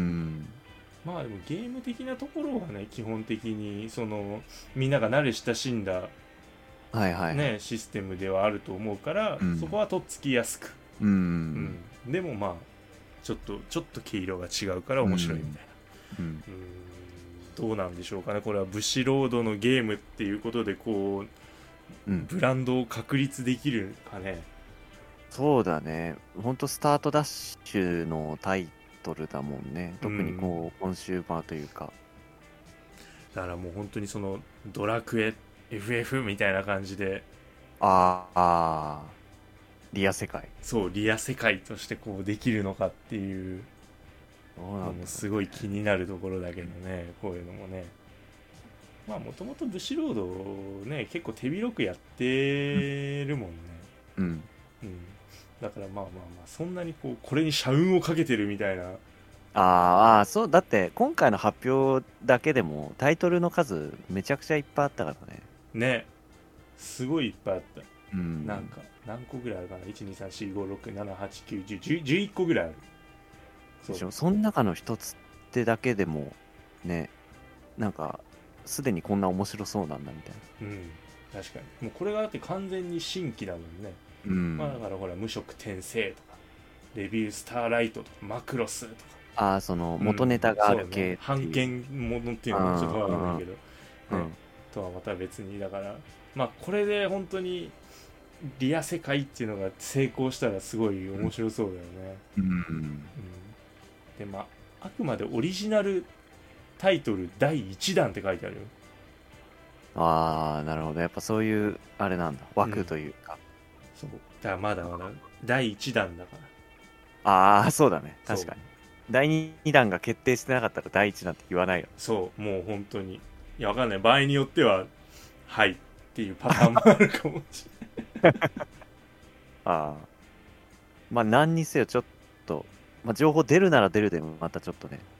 まあでもゲーム的なところはね基本的にそのみんなが慣れ親しんだ、 はいはいね、システムではあると思うから、うん、そこはとっつきやすく、 うんうん、でもまあちょっとちょっと毛色が違うから面白いみたいな、 うんうん、 うんどうなんでしょうかね。これはブシロードのゲームっていうことでこう、うん、ブランドを確立できるかね。 そうだねほんとスタートダッシュのタイトルだもんね。特にこう、うん、コンシューマーというかだからもう本当にそのドラクエ エフエフ みたいな感じでああリア世界そうリア世界としてこうできるのかっていうのもすごい気になるところだけどねこういうのもねまあもともとブシロードね結構手広くやってるもんねうん、うんうん、だからまあまあまあそんなにこうこれに社運をかけてるみたいなああそうだって今回の発表だけでもタイトルの数めちゃくちゃいっぱいあったからねねすごいいっぱいあった、 うん、 なんか何個ぐらいあるかな いちにさんしごろくななはちきゅうじゅうじゅうじゅういっこぐらいあるそうその中の一つってだけでもねなんかすでにこんな面白そうなんだみたいなうん確かにもうこれがだって完全に新規だもんね、 うんまあ、だからほら無色転生とかレビュースターライトとかマクロスとかああその元ネタがある系、うんね、 版権ものっていうのはちょっとわからないけど、ねうん、とはまた別にだからまあこれで本当にリア世界っていうのが成功したらすごい面白そうだよね、 うんうんうんでまあ、あくまでオリジナルタイトルだいいちだんって書いてあるよ。 ああなるほどやっぱそういうあれなんだ枠というか、 うん、そうだからまだまだだいいちだんだからああそうだね確かにだいにだんが決定してなかったらだいいちだんって言わないよ。 そうもう本当にいやわかんない場合によってははいっていうパターンもあるかもしれないああまあ何にせよちょっとまあ、情報出るなら出るでもまたちょっとね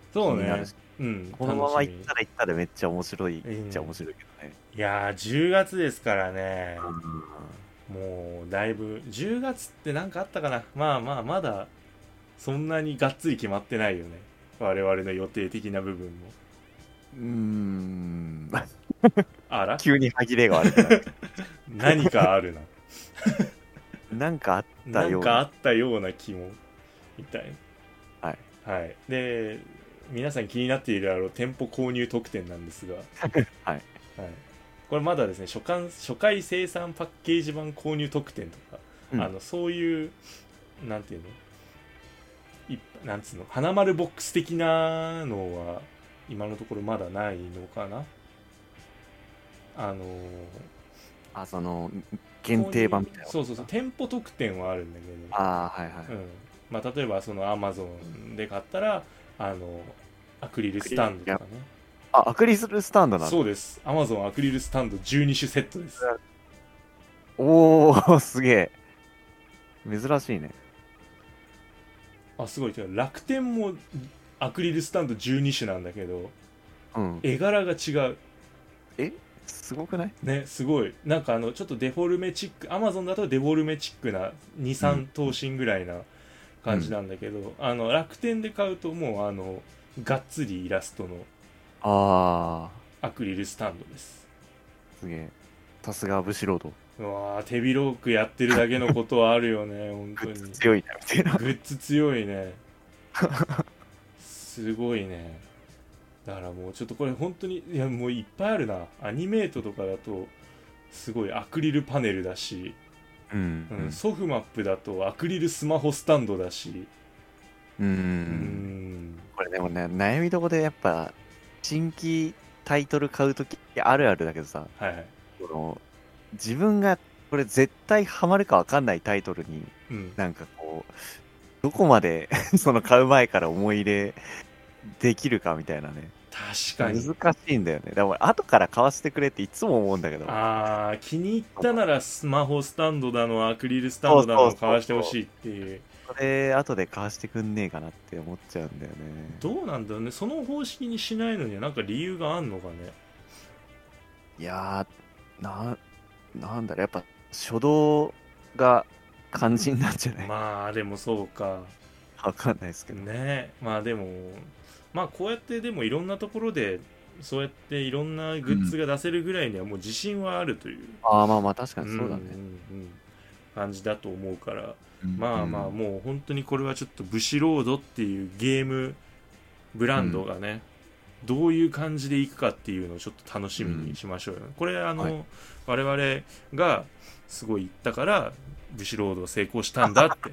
そうね気になるし、 うんこのまま行っ楽したら行ったらめっちゃ面白い、 うんめっちゃ面白いけどね。 みいやーじゅうがつですからね、 うんもうだいぶじゅうがつって何かあったかな。まあまあまだそんなにがっつり決まってないよね、我々の予定的な部分も。 うーんあら急に歯切れが悪くなる何かあるななんかあったなんかあような。 ったような気もみたいはい。 な。はい。で皆さん気になっているあの店舗購入特典なんですがはい。 はい、これまだですね、初回初回生産パッケージ版購入特典とか、 うんあのそういうなんていうのいなんつうの花丸ボックス的なのは今のところまだないのかな。あのーあ、その、限定版みたいな。 そうそうそう、店舗特典はあるんだけど、 ああ、はいはい。 うんまあ、例えばその Amazon で買ったらあのアクリルスタンドとかね。 あ、アクリルスタンドなんだ。 そうです、 Amazon アクリルスタンドじゅうに種セットです。 おー、すげえ。珍しいね。 あ、すごい。楽天もアクリルスタンドじゅうに種なんだけどうん。 絵柄が違うすごくない？ ね。すごいなんかあのちょっとデフォルメチック、 Amazon だとデフォルメチックなにさん頭身ぐらいな感じなんだけど、あの楽天で買うともうあのがっつりイラストのあアクリルスタンドです。 ー、すげえ。さすがブシロード。 うわー手広くやってるだけのことはあるよね本当グにッズ強いな、みたいな。 グッズ強いねすごいね。だからもうちょっとこれ本当にいやもういっぱいあるな。アニメートとかだとすごいアクリルパネルだし、 うん。 うん、ソフマップだとアクリルスマホスタンドだし、 うん。う。 うんんこれでもね、悩みどこでやっぱ、新規タイトル買うときあるあるだけどさ、 はいはい、 この自分がこれ絶対ハマるかわかんないタイトルに、 うん、 なんかこう、どこまでその買う前から思い入れできるかみたいなね。 確かに。 難しいんだよね。だから後から買わせてくれっていつも思うんだけど。 あー気に入ったならスマホスタンドだのアクリルスタンドだの買わしてほしいっていう。 それ後で買わしてくんねえかなって思っちゃうんだよね。 どうなんだろうね、その方式にしないのにはなんか理由があんのかね。 いやー、な、なんだろう、やっぱ初動が肝心なんじゃない？ まあでもそうかわかんないですけど。 ね。まあでもまあこうやってでもいろんなところでそうやっていろんなグッズが出せるぐらいにはもう自信はあるという、 ああ、まあまあ確かにそうだね。 んうんうん感じだと思うから、 うんまあまあもう本当にこれはちょっとブシロードっていうゲームブランドがね、どういう感じでいくかっていうのをちょっと楽しみにしましょうよ、これあの、 はい我々がすごい言ったからブシロード成功したんだって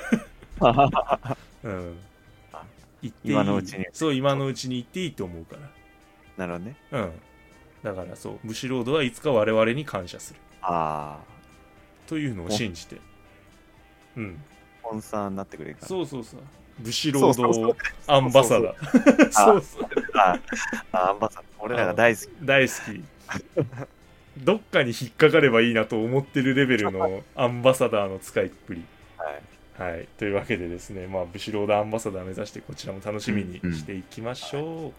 うん言っていい、 今のうちにそう今のうちに言っていいと思うかなるほどね。 ら、うんだからそうブシロードはいつか我々に感謝するああ、 というのを信じて、うんスポンサーになってくれるから。 そうそうそうブシローそうそうそうドアンバサダーそうそうああ、アンバサダー。俺らが大好き。 大好きどっかに引っかかればいいなと思ってるレベルのアンバサダーの使いっぷり。 はい。 はい、というわけでですね、まあ、ブシロードアンバサダー目指してこちらも楽しみにしていきましょう。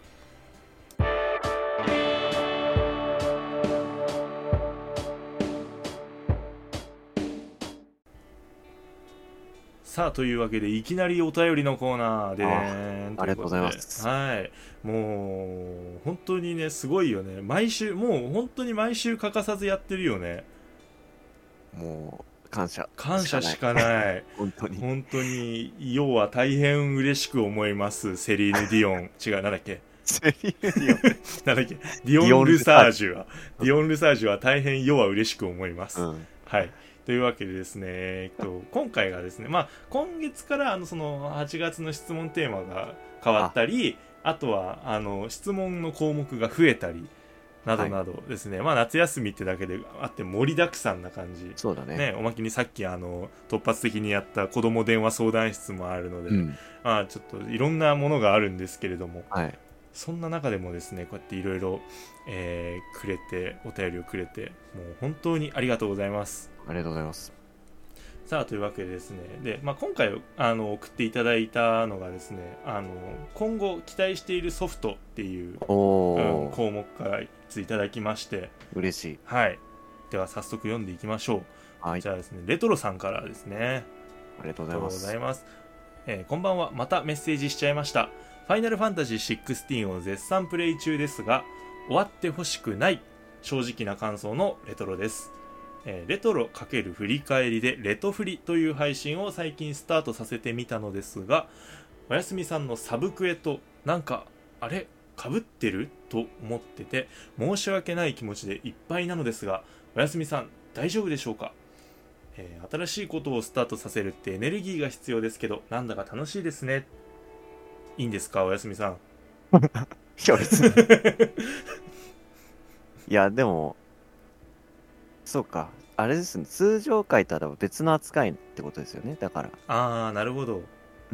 さあというわけでいきなりお便りのコーナーでーんありがとうございます。 はいもう本当にねすごいよね、毎週もう本当に毎週欠かさずやってるよね。 もう感謝感謝しかない本当に本当に要は大変嬉しく思いますセリーヌ・ディオン違うなんだっけセリーヌディオンなんだっけディオン・ルサージュはディオン・ルサージュは大変世は嬉しく思います、 うん、 はいというわけでですね、えっと、今回がですね、まあ、今月からあのそのはちがつの質問テーマが変わったり あ, あとはあの質問の項目が増えたりなどなどですね、はい、まあ、夏休みってだけであって盛りだくさんな感じそうだね。 ね、おまけにさっきあの突発的にやった子ども電話相談室もあるので、 うんまあ、ちょっといろんなものがあるんですけれども、 はい、 そんな中でもですねこうやっていろいろくれてお便りをくれてもう本当にありがとうございます。 ありがとうございます。 さあというわけでですね、で、まあ、今回あの送っていただいたのがですね、あの今後期待しているソフトっていう、 おうん、 ー、 項目からいついただきまして、 嬉しい。 はい、では早速読んでいきましょう。 はい、 じゃあですね、レトロさんからですね、 ありがとうありがとうごございます。 ざいます。えーこんばんは。またメッセージしちゃいました。ファイナルファンタジーじゅうろくを絶賛プレイ中ですが、終わってほしくない正直な感想のレトロです。えーレトロ×振り返りでレトフリという配信を最近スタートさせてみたのですが、おやすみさんのサブクエとなんかあれ被ってると思ってて申し訳ない気持ちでいっぱいなのですが、おやすみさん大丈夫でしょうか。えー新しいことをスタートさせるってエネルギーが必要ですけど、なんだか楽しいですね。いいんですか、おやすみさん。 いや、別に。いや、でも、そうか。あれですね。通常回とは別の扱いってことですよね。だから。 ああ、なるほど。 うん。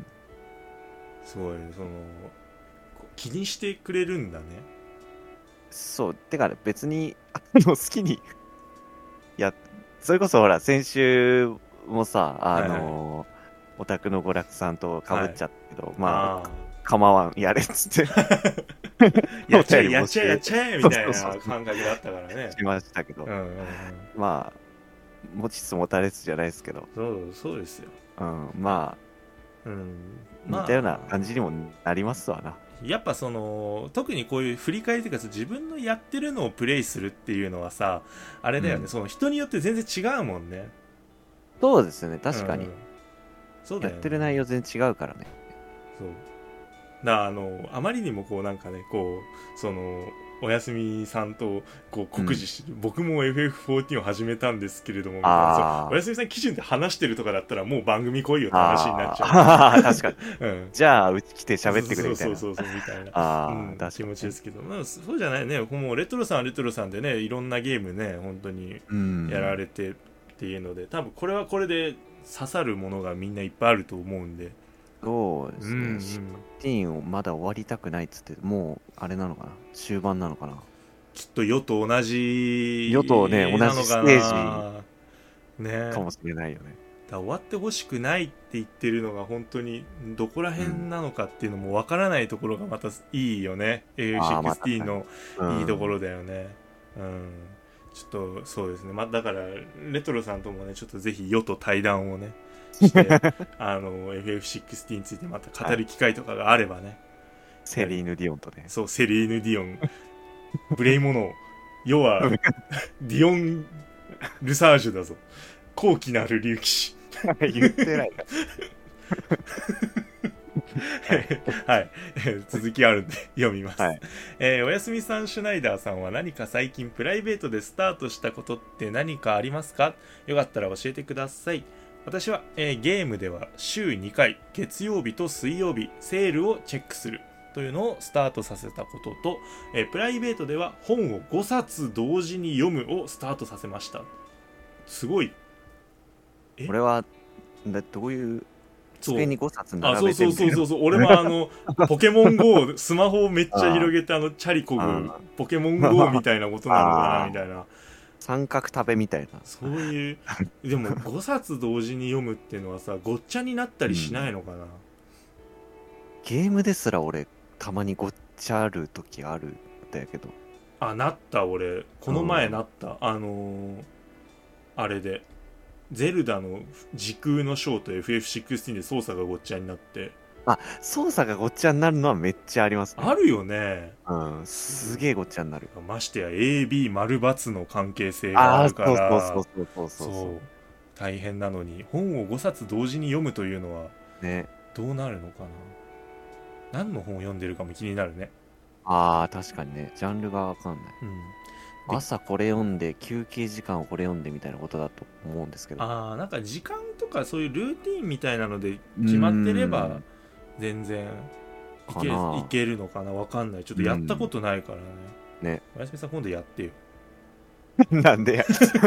すごい、そのこう気にしてくれるんだね。 そう。てか、別に、あの、好きに、いや、それこそほら、先週もさ、あの、オタクの娯楽さんと被っちゃったけど、まあ、 あ構わん、やれっつって。 ーやっちゃえお便り募集やっちゃえやっちゃえみたいなそうそうそう感覚だったからね。 しましたけど、 うんうんうん、 まあ、持ちつ持たれつじゃないですけど、 そうそうですよ。 うん、まうん、 あ、 まあ似たような感じにもなりますわな。 やっぱその特にこういう振り返りというか自分のやってるのをプレイするっていうのはさ、あれだよね、 うんその人によって全然違うもんね。 そうですね、確かに。 うんそうだよね、 やってる内容全然違うからね。 そうだからあのあまりにもこうなんかね、こうそのおやすみさんとこう酷似して、うん、僕も エフエフフォーティーン を始めたんですけれどもみたいな、おやすみさん基準で話してるとかだったらもう番組来いよって話になっちゃう。確かに、 うん、 じゃあうち来て喋ってくれみたいな。 そうそうそうそうみたいなあ、 うん、気持ちですけど、まあ、そうじゃないね。もうレトロさんはレトロさんでね、いろんなゲームね本当にやられてっていうので、多分これはこれで刺さるものがみんないっぱいあると思うんで。 そうですね、 うんうん、 シッティーンをまだ終わりたくないっつってもうあれなのかな、終盤なのかな。 きっと世と同じ世とね同じステージねかもしれないよね。 だ終わってほしくないって言ってるのが本当にどこら辺なのかっていうのもわからないところがまたいいよね、うん、エーエフシックスティーン のいいところだよね。うん、うん、ちょっとそうですね、まあ、だからレトロさんともねちょっとぜひ世と対談をねしてあの エフエフシックスティーン についてまた語る機会とかがあればね、はい、 セリーヌ・ディオンとね、 そうセリーヌ・ディオンブレイモノ要はディオン・ルサージュだぞ、高貴なる竜騎士言ってないかはい、続きあるんで読みます、 はい、 えー、おやすみさんシュナイダーさんは何か最近プライベートでスタートしたことって何かありますか？よかったら教えてください。私は、えー、ゲームでは週にかい月曜日と水曜日セールをチェックするというのをスタートさせたことと、えー、プライベートでは本をごさつ同時に読むをスタートさせました。すごい。 え、これはだどういう机にごさつ並べてみたいな。そうそうそうそう、俺もあのポケモン ゴー スマホをめっちゃ広げてあのチャリこぐポケモン ゴー みたいなことなのかなみたいな、 三角食べみたいな、 そういうでもごさつ同時に読むっていうのはさごっちゃになったりしないのかな、うん、 ゲームですら俺たまにごっちゃある時あるんだけど。 あ、なった俺この前なった、うん、あのー、あれでゼルダの時空の章と エフエフシックスティーン で操作がごっちゃになって。 あ、操作がごっちゃになるのはめっちゃありますね。 あるよね。 うん、すげえごっちゃになる。 ましてや エービー 丸×の関係性があるから、 そうそうそうそうそうそう、 大変なのに本をごさつ同時に読むというのはね、 どうなるのかな。何の本を読んでるかも気になるね。 ああ、確かにね、ジャンルがわかんない。 うん、 朝これ読んで休憩時間をこれ読んでみたいなことだと思うんですけど、 ああ、なんか時間とかそういうルーティーンみたいなので決まってれば全然いけ、いけるのかな、わかんない。ちょっとやったことないからね。 ね、 おやすみさん今度やってよなんでや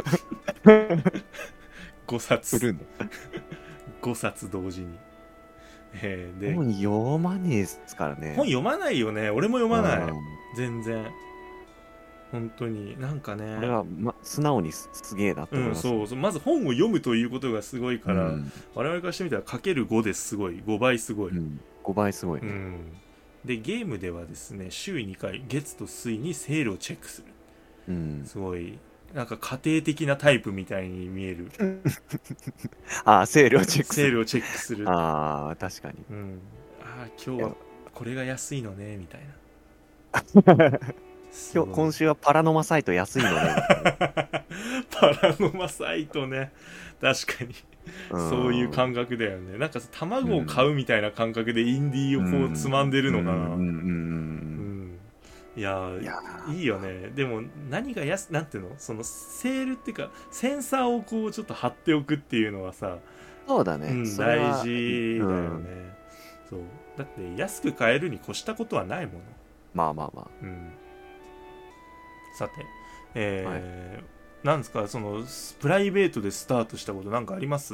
ごさつするのごさつ同時に、えー、で本読まねえですからね。 本読まないよね。俺も読まない、全然。 本当になんかね、 これは、ま、素直に す, すげえなと思います、 うん、そうそう、まず本を読むということがすごいから、 うん、 我々からしてみたらかけるごですごい、ごばいすごい、 うん、ごばいすごい、ね、 うん、でゲームではですね週にかい月と水にセールをチェックする、 うん、 すごいなんか家庭的なタイプみたいに見えるあ、セールをチェックする、 セールをチェックする、 ああ確かに、 うん、ああ今日はこれが安いのねみたいな今日今週はパラノマサイト安いのねパラノマサイトね、確かにそういう感覚だよね。なんか卵を買うみたいな感覚でインディーをこうつまんでるのかな。いやーいいよね。でも何が安なんていうの、そのセールっていうかセンサーをこうちょっと貼っておくっていうのはさ、 そうだね、 うん、大事だよね、うん、そうだって安く買えるに越したことはないもの。 まあまあまあ、 うん、さて、えーはい、なんですか、そのプライベートでスタートしたことなんかあります？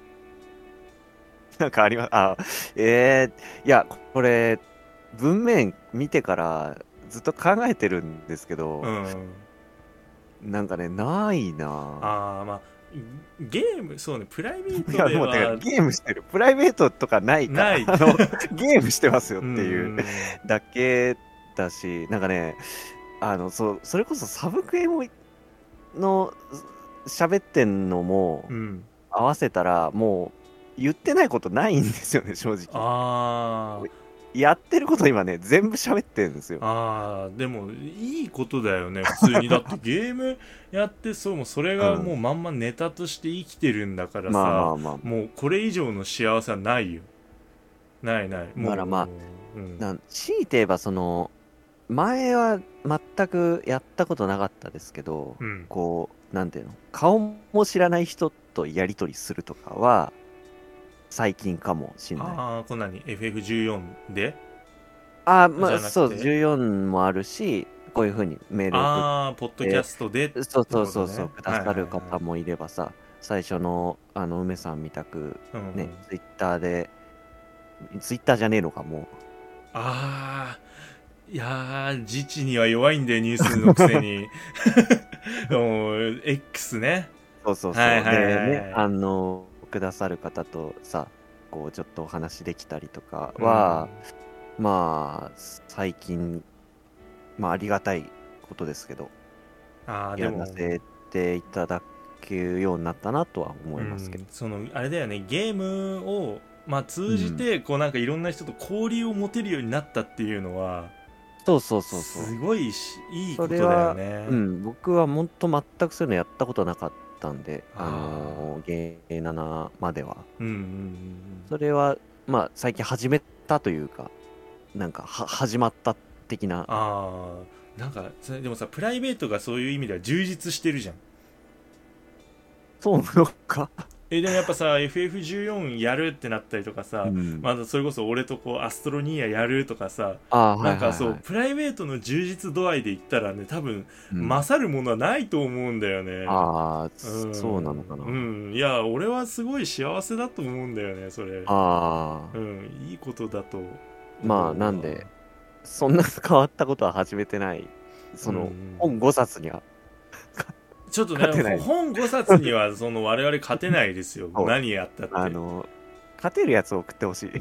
なんかあります。あ、えー、いやこれ文面見てからずっと考えてるんですけど、うん、なんかねないなあ。あまあゲーム、そうね、プライベートでは。いやもうてかゲームしてる、プライベートとかないから、 ないあのゲームしてますよっていうだけだし、なんかね、あのそそれこそサブクエもの喋ってんのも合わせたら、もう言ってないことないんですよね、正直。 あやってること今ね全部喋ってるんですよ。 ああでもいいことだよね普通に。だってゲームやってそうもそれがもうまんまネタとして生きてるんだからさ、まあまあまあ、もうこれ以上の幸せはないよ。ないない。 だからまあ、うん、なん強いて言えばその前は全くやったことなかったですけど、うん、こうなんていうの、顔も知らない人とやり取りするとかは最近かもしんない。 ああこんなに エフエフじゅうよん でああまあそうじゅうよんもあるし、こういうふうにメールを送って、 ああポッドキャストで、ね、 そうそうそうそうくださる方もいればさ、はいはいはい、最初のあの梅さんみたくね、うん、ツイッターでツイッターじゃねえのかもう。 ああいやー自治には弱いんでニュースのくせにもう X ね。 そうそうそう、はいはいはいはい、でねあのくださる方とさこうちょっとお話できたりとかは、うん、まあ最近まあありがたいことですけど、あやらせていただけるようになったなとは思いますけど、 うん、そのあれだよね、ゲームをまあ通じてこうなんかいろんな人と交流を持てるようになったっていうのは、 そうそうそうそうすごいしいいことだよね。 うん、僕は本当全くそういうのやったことなかったんで、あのー、ゲーナナまでは、うんうんうん、それはまあ最近始めたというかなんかは始まった的な。 あなんかそれでもさプライベートがそういう意味では充実してるじゃん。 そうなのかえでもやっぱさ エフエフじゅうよん やるってなったりとかさ、うん、まだそれこそ俺とこうアストロニアやるとかさ、あなんかそう、はいはいはい、プライベートの充実度合いで言ったらね多分、うん、勝るものはないと思うんだよね。 ああ、うん、そうなのかな。 うんいや俺はすごい幸せだと思うんだよねそれ。ああうんいいことだと。 まあなんでそんな変わったことは始めてない。その、うん、本ごさつにはちょっとね本ごさつにはその我々勝てないですよ何やったって。 あの勝てるやつを送ってほしい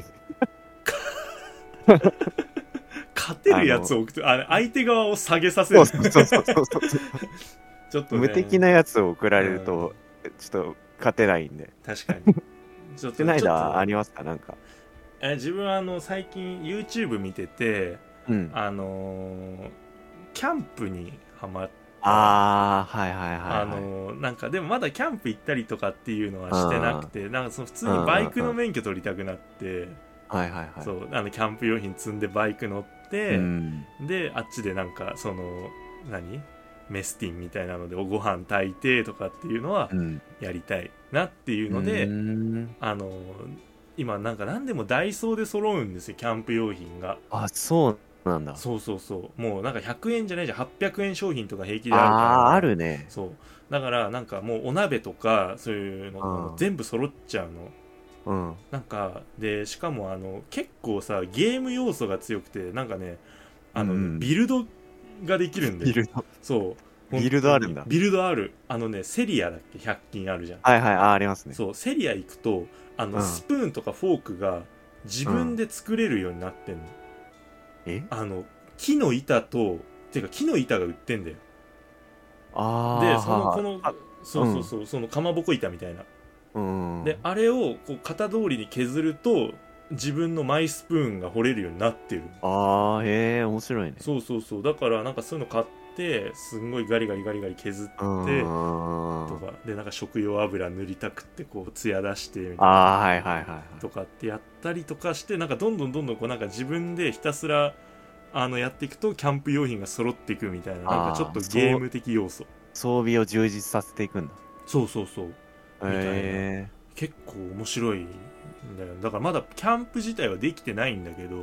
勝てるやつを送ってあの相手側を下げさせる。そうそうそうそうちょっと、ね、無敵なやつを送られると、うん、ちょっと勝てないんで。 確かにちょっとないだありますかなんか。 え自分はあの最近 YouTube 見てて、うん、あのー、キャンプにハマってああはいはいはい、はい、 あのなんかでもまだキャンプ行ったりとかっていうのはしてなくて、なんかその普通にバイクの免許取りたくなって、 はいはいはい、 そうあのキャンプ用品積んでバイク乗って、うん、であっちでなんかその何メスティンみたいなのでおご飯炊いてとかっていうのはやりたいなっていうので、うん、あの今なんか何でもダイソーで揃うんですよキャンプ用品が。 あそうなんだ。 そうそうそうもうなんかひゃくえんじゃないじゃんはっぴゃくえん商品とか平気であるから。 ああるね。 そうだからなんかもうお鍋とかそういうの全部揃っちゃうの、うん、なんかでしかもあの結構さゲーム要素が強くてなんかねあの、うん、ビルドができるんでビルドそうビルドあるんだ。 ビルドある。あのねセリアだっけひゃく均あるじゃん。 はいはい、あ、ありますね。 そうセリア行くとあの、 うんスプーンとかフォークが自分で作れるようになってんの、 えあの木の板とていうか木の板が売ってんだよ。 あでそのこのあそうそうそう、そのかまぼこ板みたいなうん。 であれをこう型通りに削ると自分のマイスプーンが掘れるようになってる。 ああ、へえ、面白いね。 そうそうそう、だからなんかそういうの買ってすんごいガリガリガリガリ削ってうん。 とかでなんか食用油塗りたくってこう艶出してみたいなああ、はいはいはいはい。 とかってやったりとかしてなんかどんどんどんどんこうなんか自分でひたすらあのやっていくとキャンプ用品が揃っていくみたいななんかちょっとゲーム的要素。 装備を充実させていくんだ。 そうそうそうへえ。 結構面白いんだよ。だからまだキャンプ自体はできてないんだけど、 うん。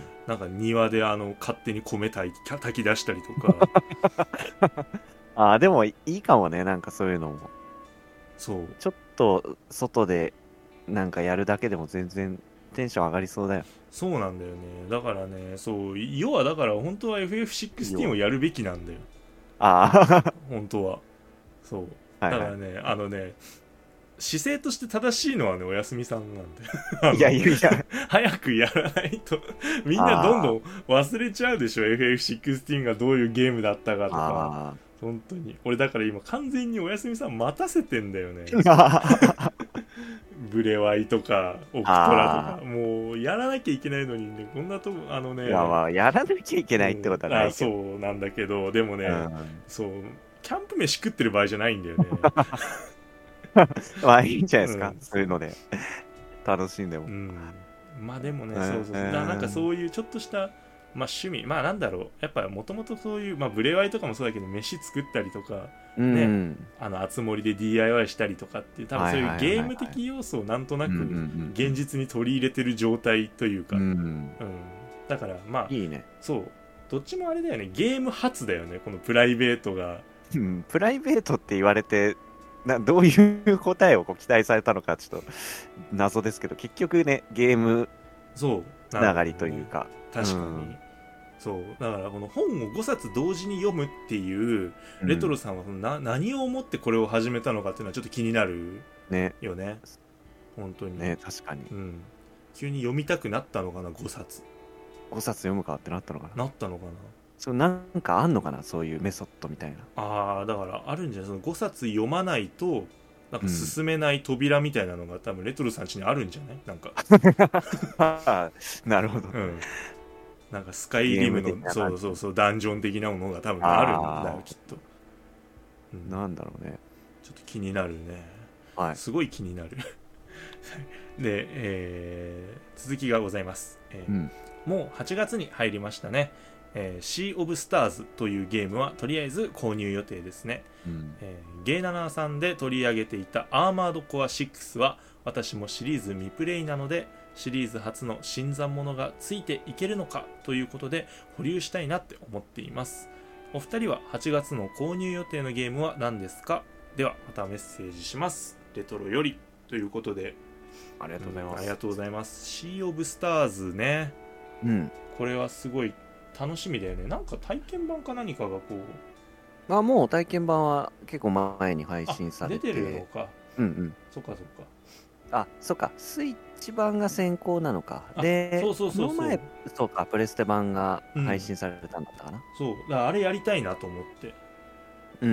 なんか庭であの勝手に米炊き炊き出したりとかああ、でもいいかもね、なんかそういうのも。 そうちょっと外でなんかやるだけでも全然テンション上がりそうだよ。 そうなんだよね。だからね、そう要はだから本当は エフエフシックスティーン をやるべきなんだよああ、 本当は。そうはいはだからね、あのね姿勢として正しいのはねおやすみさんなんでい。いやいやいや、 早くやらないとみんなどんどん忘れちゃうでしょ エフエフシックスティーン がどういうゲームだったかとか。 あ本当に俺だから今完全におやすみさん待たせてんだよねあ。 ブレワイとかオクトラとかもうやらなきゃいけないのにね、こんなとこあのねいやまあ、やらなきゃいけないってことはないけど。 うんあそうなんだけどでもね、 うん、 そうキャンプ飯食ってる場合じゃないんだよねまあいいんじゃないですか、 うんそういうので楽しんでも。 うんまあでもね、 うんそうそうそう、 うんだなんかそういうちょっとしたまあ趣味まあなんだろうやっぱもともとそういうまあブレワイとかもそうだけど飯作ったりとかうん、 あの熱盛で ディーアイワイ したりとかっていう多分そういうはいはいはいはいゲーム的要素をなんとなくうんうんうん現実に取り入れてる状態というか、 ううんん、 だからまあいいね。 そうどっちもあれだよねゲーム初だよねこのプライベートが。 うんプライベートって言われてなどういう答えをこう期待されたのかちょっと謎ですけど結局ねゲームそうつながりというか、 確かに、 うんそうだからこの本をごさつ同時に読むっていうレトロさんはそのな何を思ってこれを始めたのかっていうのはちょっと気になるねよね本当にね確かにうん、急に読みたくなったのかなごさつごさつ読むかってなったのかな。 なったのかな。 そうなんかあんのかなそういうメソッドみたいな。 ああだからあるんじゃないそのごさつ読まないとなんか進めない扉みたいなのが、うん、多分レトロさん家にあるんじゃないなんかなるほど、 うんなんかスカイリムのそうそうそうダンジョン的なものが多分あるんだよきっと、 うん、なんだろうねちょっと気になるね、 はい、 すごい気になるで、えー、続きがございます、えーうん、もうはちがつに入りましたね、えー、シー・オブ・スターズというゲームはとりあえず購入予定ですね、うんえー、ゲイナナさんで取り上げていたアーマードコアシックスは私もシリーズ未プレイなのでシリーズ初の新参者がついていけるのかということで保留したいなって思っています。お二人ははちがつの購入予定のゲームは何ですか？ではまたメッセージします。レトロよりということでありがとうございます、 うん、ありがとうございます。シー・オブ・スターズね、 うん、 これはすごい楽しみだよね。なんか体験版か何かがこうあもう体験版は結構前に配信されて出てるのか。 うんうんそっかそっかあ、そっか、スイッチ版が先行なのか。で、 そうそうそうそうこの前、そうか、プレステ版が配信されたんだったかな。 うん、そう、だからあれやりたいなと思って。 うん。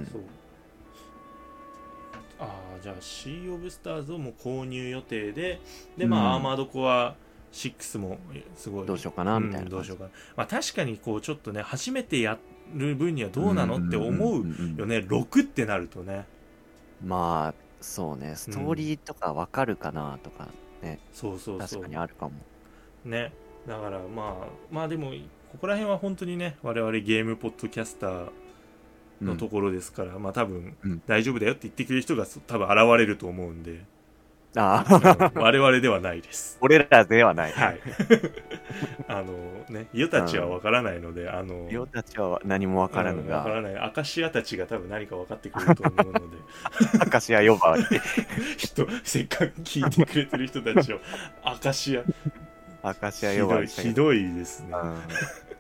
そう。ああ、じゃあ、シー・オブ・スターズをもう購入予定で、で、まあ、うん、アーマードコアシックスもすごい。 どうしようかな、みたいな、 うん。どうしようかな。まあ、確かに、こう、ちょっとね、初めてやる分にはどうなのって思うよね。ろくってなるとね。まあ、 そうねストーリーとかわかるかなとかね、 うん、そうそうそう確かにあるかもね。だからまあまあでもここら辺は本当にね我々ゲームポッドキャスターのところですから、うん、まあ多分、うん、大丈夫だよって言ってくれる人が多分現れると思うんでああ、 うん、我々ではないです俺らではないはいあのねイオたちは分からないので、うん、あのイオたちは何も分からぬが、 うん、分からないアカシアたちが多分何か分かってくれると思うのでアカシア呼ばわり人せっかく聞いてくれてる人たちをアカシアアカシア呼ばわりひどい、ひどいですね、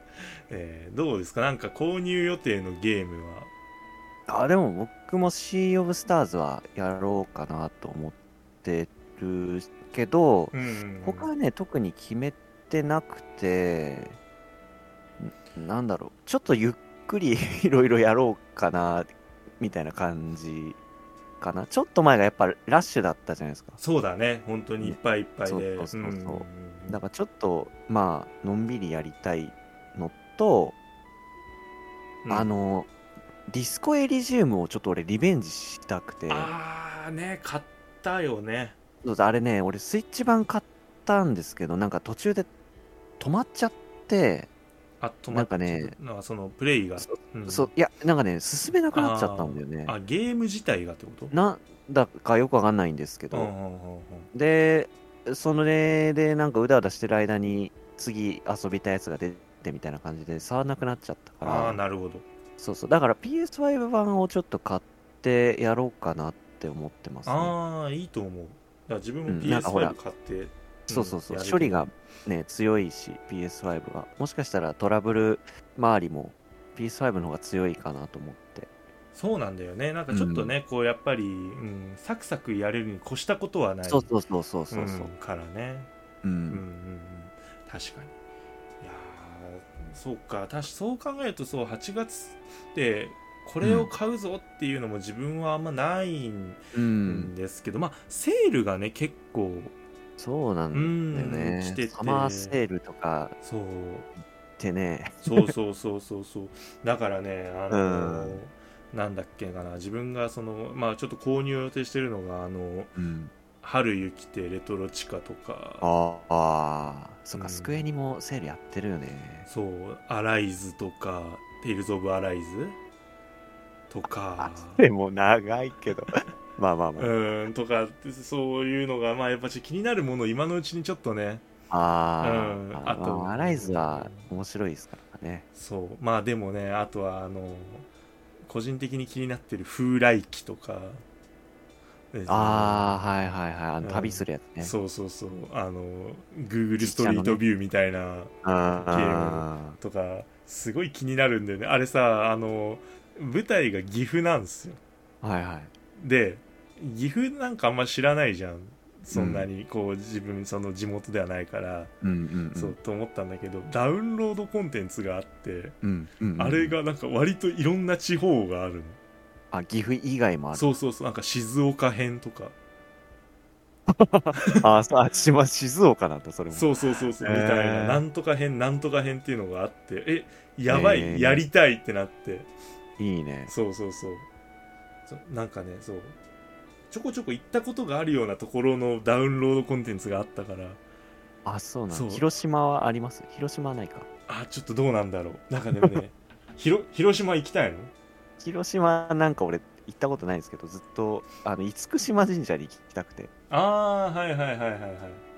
えー、どうですか、なんか購入予定のゲームは。 あ、でも僕もシー・オブ・スターズはやろうかなと思ってるけど、 うんうんうん、 他はね、特に決めてなくて、んなんだろう、ちょっとゆっくりいろいろやろうかな、みたいな感じかな。ちょっと前がやっぱラッシュだったじゃないですか。 そうだね、本当にいっぱいいっぱいで。 そうそうそうそう。 んんんだからちょっと、まあ、のんびりやりたいのと、 うんあの、ディスコエリジウムをちょっと俺リベンジしたくて、 あーね、買ったよね。 そうそうあれね、俺スイッチ版買ったんですけど、なんか途中で止まっちゃって、 あ、止まっなんかね、 なんかそのプレイが。 そうんそう、いや、なんかね、進めなくなっちゃったんだよね。 あ、ゲーム自体がってこと？ なんだかよくわかんないんですけど、 うんうんうんうんで、それでなんかうだうだしてる間に次遊びたいやつが出てみたいな感じで触らなくなっちゃったかああ、 ら、 なるほど。 そうそう、だから ピーエスファイブ 版をちょっと買ってやろうかなって思ってますね。 ああ、いいと思う。だから自分もうんなんかほらピーエスファイブ 買って、 そうそうそう、 やれ処理がね、強いし、ピーエスファイブ が。もしかしたらトラブル周りも ピーエスファイブ の方が強いかなと思って。 そうなんだよね。なんかちょっとね、こうやっぱり、うん、サクサクやれるに越したことはない。 そうそうそうそうそうそう。 んからね。 ううんうんうんん。確かに。いやー、そうか。たしそう考えると、そう、はちがつってこれを買うぞっていうのも自分はあんまないんうん。 ですけど、まあセールがね結構、 そうなんだようんね来てて。 サマーセールとかそうってね。 そうそうそうそうそうだからね、あのーうんなんだっけかな、自分がそのまあちょっと購入予定してるのが、あのうん。 春雪てレトロ地下とか、 ああ、そっか、 うんスクエニもセールやってるよね。 そうアライズとかテイルズ・オブ・アライズとか、 でも長いけど。まあまあまあ。 うーんとか、そういうのがまあやっぱちょっと気になるものを今のうちにちょっとね、 あうんーあ、 あとまあ、アライズは面白いですからね。 そうまあでもね、あとはあの個人的に気になってる風来機とか、 ああ、はいはいはい。あのうん旅するやつね。 そうそうそう、あの Google ストリートビューみたいなあとかすごい気になるんだよね。あれさ、あの舞台が岐阜なんですよ。 あ、はいはい。 で岐阜なんかあんま知らないじゃん、そんなにこう自分その地元ではないから、 うんうんうん。 そうと思ったんだけど、ダウンロードコンテンツがあって、 うんうんうん。 あれがなんか割といろんな地方があるの。 あ、岐阜以外もある。 そうそうそう、なんか静岡編とか、 あ、そう、あ、しま、静岡なんだ、それも。 そうそうそうそう、 へーみたいな、なんとか編なんとか編っていうのがあって、えやばい、 へーやりたいってなって、 いいね。 そうそうそうそうなんかね、そうちょこちょこ行ったことがあるようなところのダウンロードコンテンツがあったから、 あ、そうなんそうだ。広島はあります？広島はないか。 あちょっとどうなんだろう。なんかでもねひろ広島行きたいの？ 広島なんか俺行ったことないんですけど、ずっと、あの、厳島神社に行きたくて。 ああーはいはいはいはいはい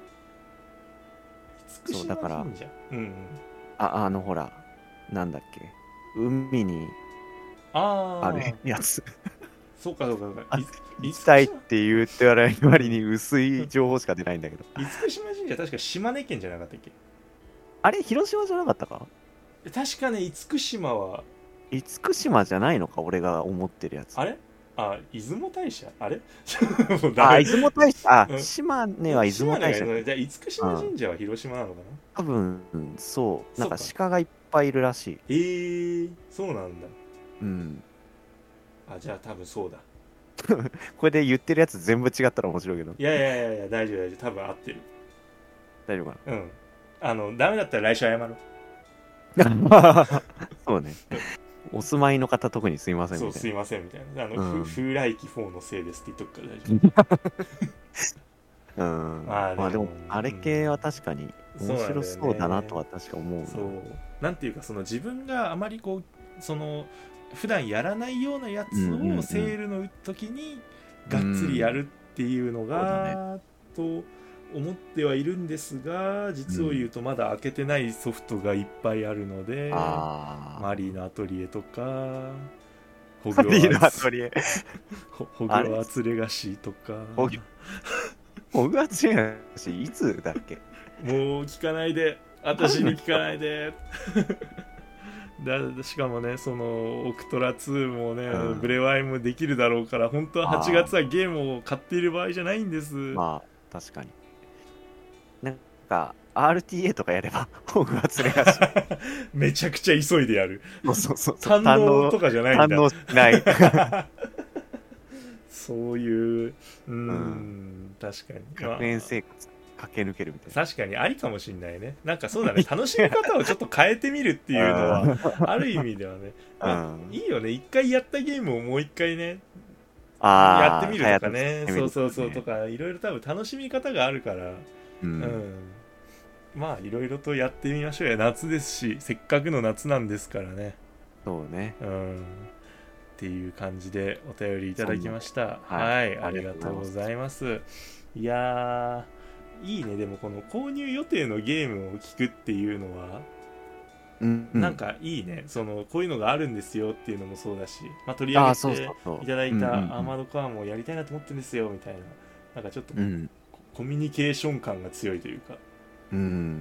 厳島そうだから神社、うんうん、 あ、あの、ほら、なんだっけ。海にあああるやつ。 そうかそうかそうか、 あい行きたいって言って言われる割に薄い情報しか出ないんだけど。 厳島神社確か島根県じゃなかったっけ？ あれ、広島じゃなかったか？ 確かね、厳島は厳島じゃないのか、俺が思ってるやつ。 あれあ出雲大社あれもうダあ、 メ出雲大社、あ、 うん島根は出雲大社。 島根がじゃあ厳島神社は広島なのかな？ 多分、うんそう。なんかそう鹿がいっぱいいるらしい。 えー、そうなんだ。 うん。 あじゃあ多分そうだ。 これで言ってるやつ全部違ったら面白いけど。 いやいやいやいや大丈夫大丈夫、多分合ってる。 大丈夫かうんあのダメだったら来週謝ろう。 なそうね。お住まいの方特にすいませんみたいな。 そうすいませんみたいな、あの、 うんふ風来機フォーのせいですって言っとくから大丈夫。 うん。 まあまあでもでも、 あれ系は確かに面白そうだなとは確か思うな。 そうなんていうか、その自分があまりこうその普段やらないようなやつうんうんうんをセールの時にがっつりやるっていうのが、と思ってはいるんですが、実を言うとまだ開けてないソフトがいっぱいあるので、 あマリーのアトリエとかホあ。 グマリーのワーツアトリエ。 ホホグワーツレガシーとか、 ホグホグワーツレガシーいつだっけ？ もう聞かないで、私に聞かないでだしかもねそのオクトラツーもね、 うんブレワイもできるだろうから本当ははちがつはゲームを買っている場合じゃないんです。 まあ確かになんか アールティーエー とかやればホグワーツレガシーめちゃくちゃ急いでやる。 そうそうそうそう堪能とかじゃないんだ。 堪能しないそういううーん、 うん、 確かに学園生活駆け抜けるみたいな。確かにありかもしんないね。なんかそうだね楽しみ方をちょっと変えてみるっていうのはある意味ではね、まあ、いいよね。一回やったゲームをもう一回ねあやってみるとかね、 ねそうそうそうとかいろいろ多分楽しみ方があるから、 うん、 うん、まあいろいろとやってみましょうよ。夏ですしせっかくの夏なんですからね。 そうね、 うんっていう感じでお便りいただきました。 はい、 はい、ありがとうございます。いやーいいね。でもこの購入予定のゲームを聞くっていうのは、 うんうん、 なんかいいね。そのこういうのがあるんですよっていうのもそうだし、まあ、取り上げていただいたアーマードカーもやりたいなと思ってるんですよみたいな、なんかちょっと、うん、コミュニケーション感が強いというか、うん、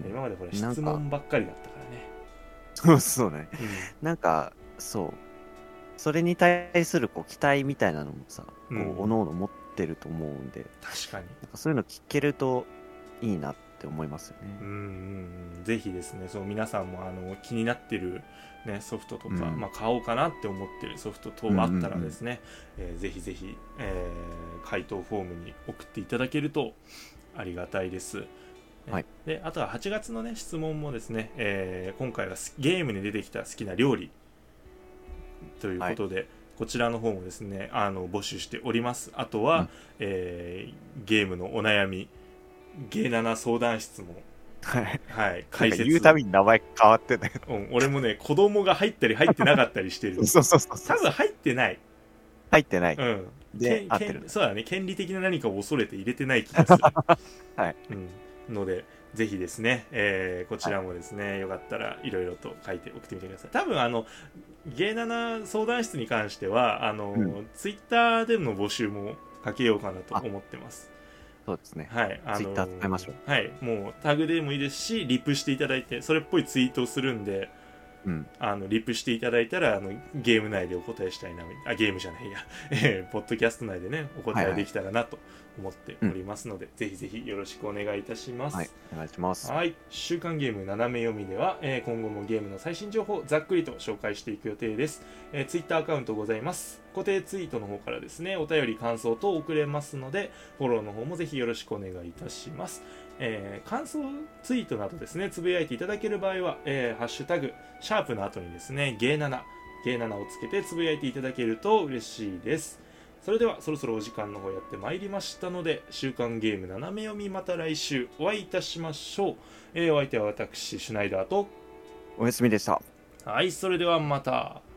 今までこれ質問ばっかりだったからね。 そうそうね、 うん、 なんかそうそれに対するこう期待みたいなのもさ、こう、うん、おのおの持ってると思うんで、 確かになんかそういうの聞けるといいなって思いますよね。 うんうんうん、ぜひですね、そう皆さんもあの気になってる、ね、ソフトとか、うんまあ、買おうかなって思ってるソフト等あったらですね、うんうんうんえー、ぜひぜひ、えー、回答フォームに送っていただけるとありがたいです。 はい、 であとははちがつの、ね、質問もですね、えー、今回はゲームに出てきた好きな料理ということで、はい、こちらの方もですねあの募集しております。あとは、うんえー、ゲームのお悩みゲーナナ相談室もはい、 はい、解説言うたびに名前変わってんだけど、 うん、俺もね子供が入ったり入ってなかったりしてるそうそうそうそう多分入ってない入ってない、 うん、 で合ってる。 そうだね、権利的な何かを恐れて入れてない気がするはい、 うん、のでぜひですね、えー、こちらもですね、はい、よかったらいろいろと書いて送ってみてください。多分あのゲーナナ相談室に関してはあの、うん、ツイッターでの募集もかけようかなと思ってます。 そうですね、 はい、あのツイッター使いましょう。 はい、もうタグでもいいですしリプしていただいてそれっぽいツイートをするんで、うん、あのリプしていただいたらあのゲーム内でお答えしたいなあゲームじゃないや、えー、ポッドキャスト内でねお答えできたらなと思っておりますので、はいはい、ぜひぜひよろしくお願いいたします。 はい、お願いします。 はい、週刊ゲーム斜め読みでは、えー、今後もゲームの最新情報をざっくりと紹介していく予定です。えー、ツイッターアカウントございます。固定ツイートの方からですねお便り感想等送れますのでフォローの方もぜひよろしくお願いいたします。えー、感想ツイートなどですねつぶやいていただける場合は、えー、ハッシュタグシャープの後にですねゲーナナゲーナナをつけてつぶやいていただけると嬉しいです。それではそろそろお時間の方やってまいりましたので週刊ゲーム斜め読みまた来週お会いいたしましょう。えー、お相手は私シュナイダーとおやすみでした。 はい、それではまた。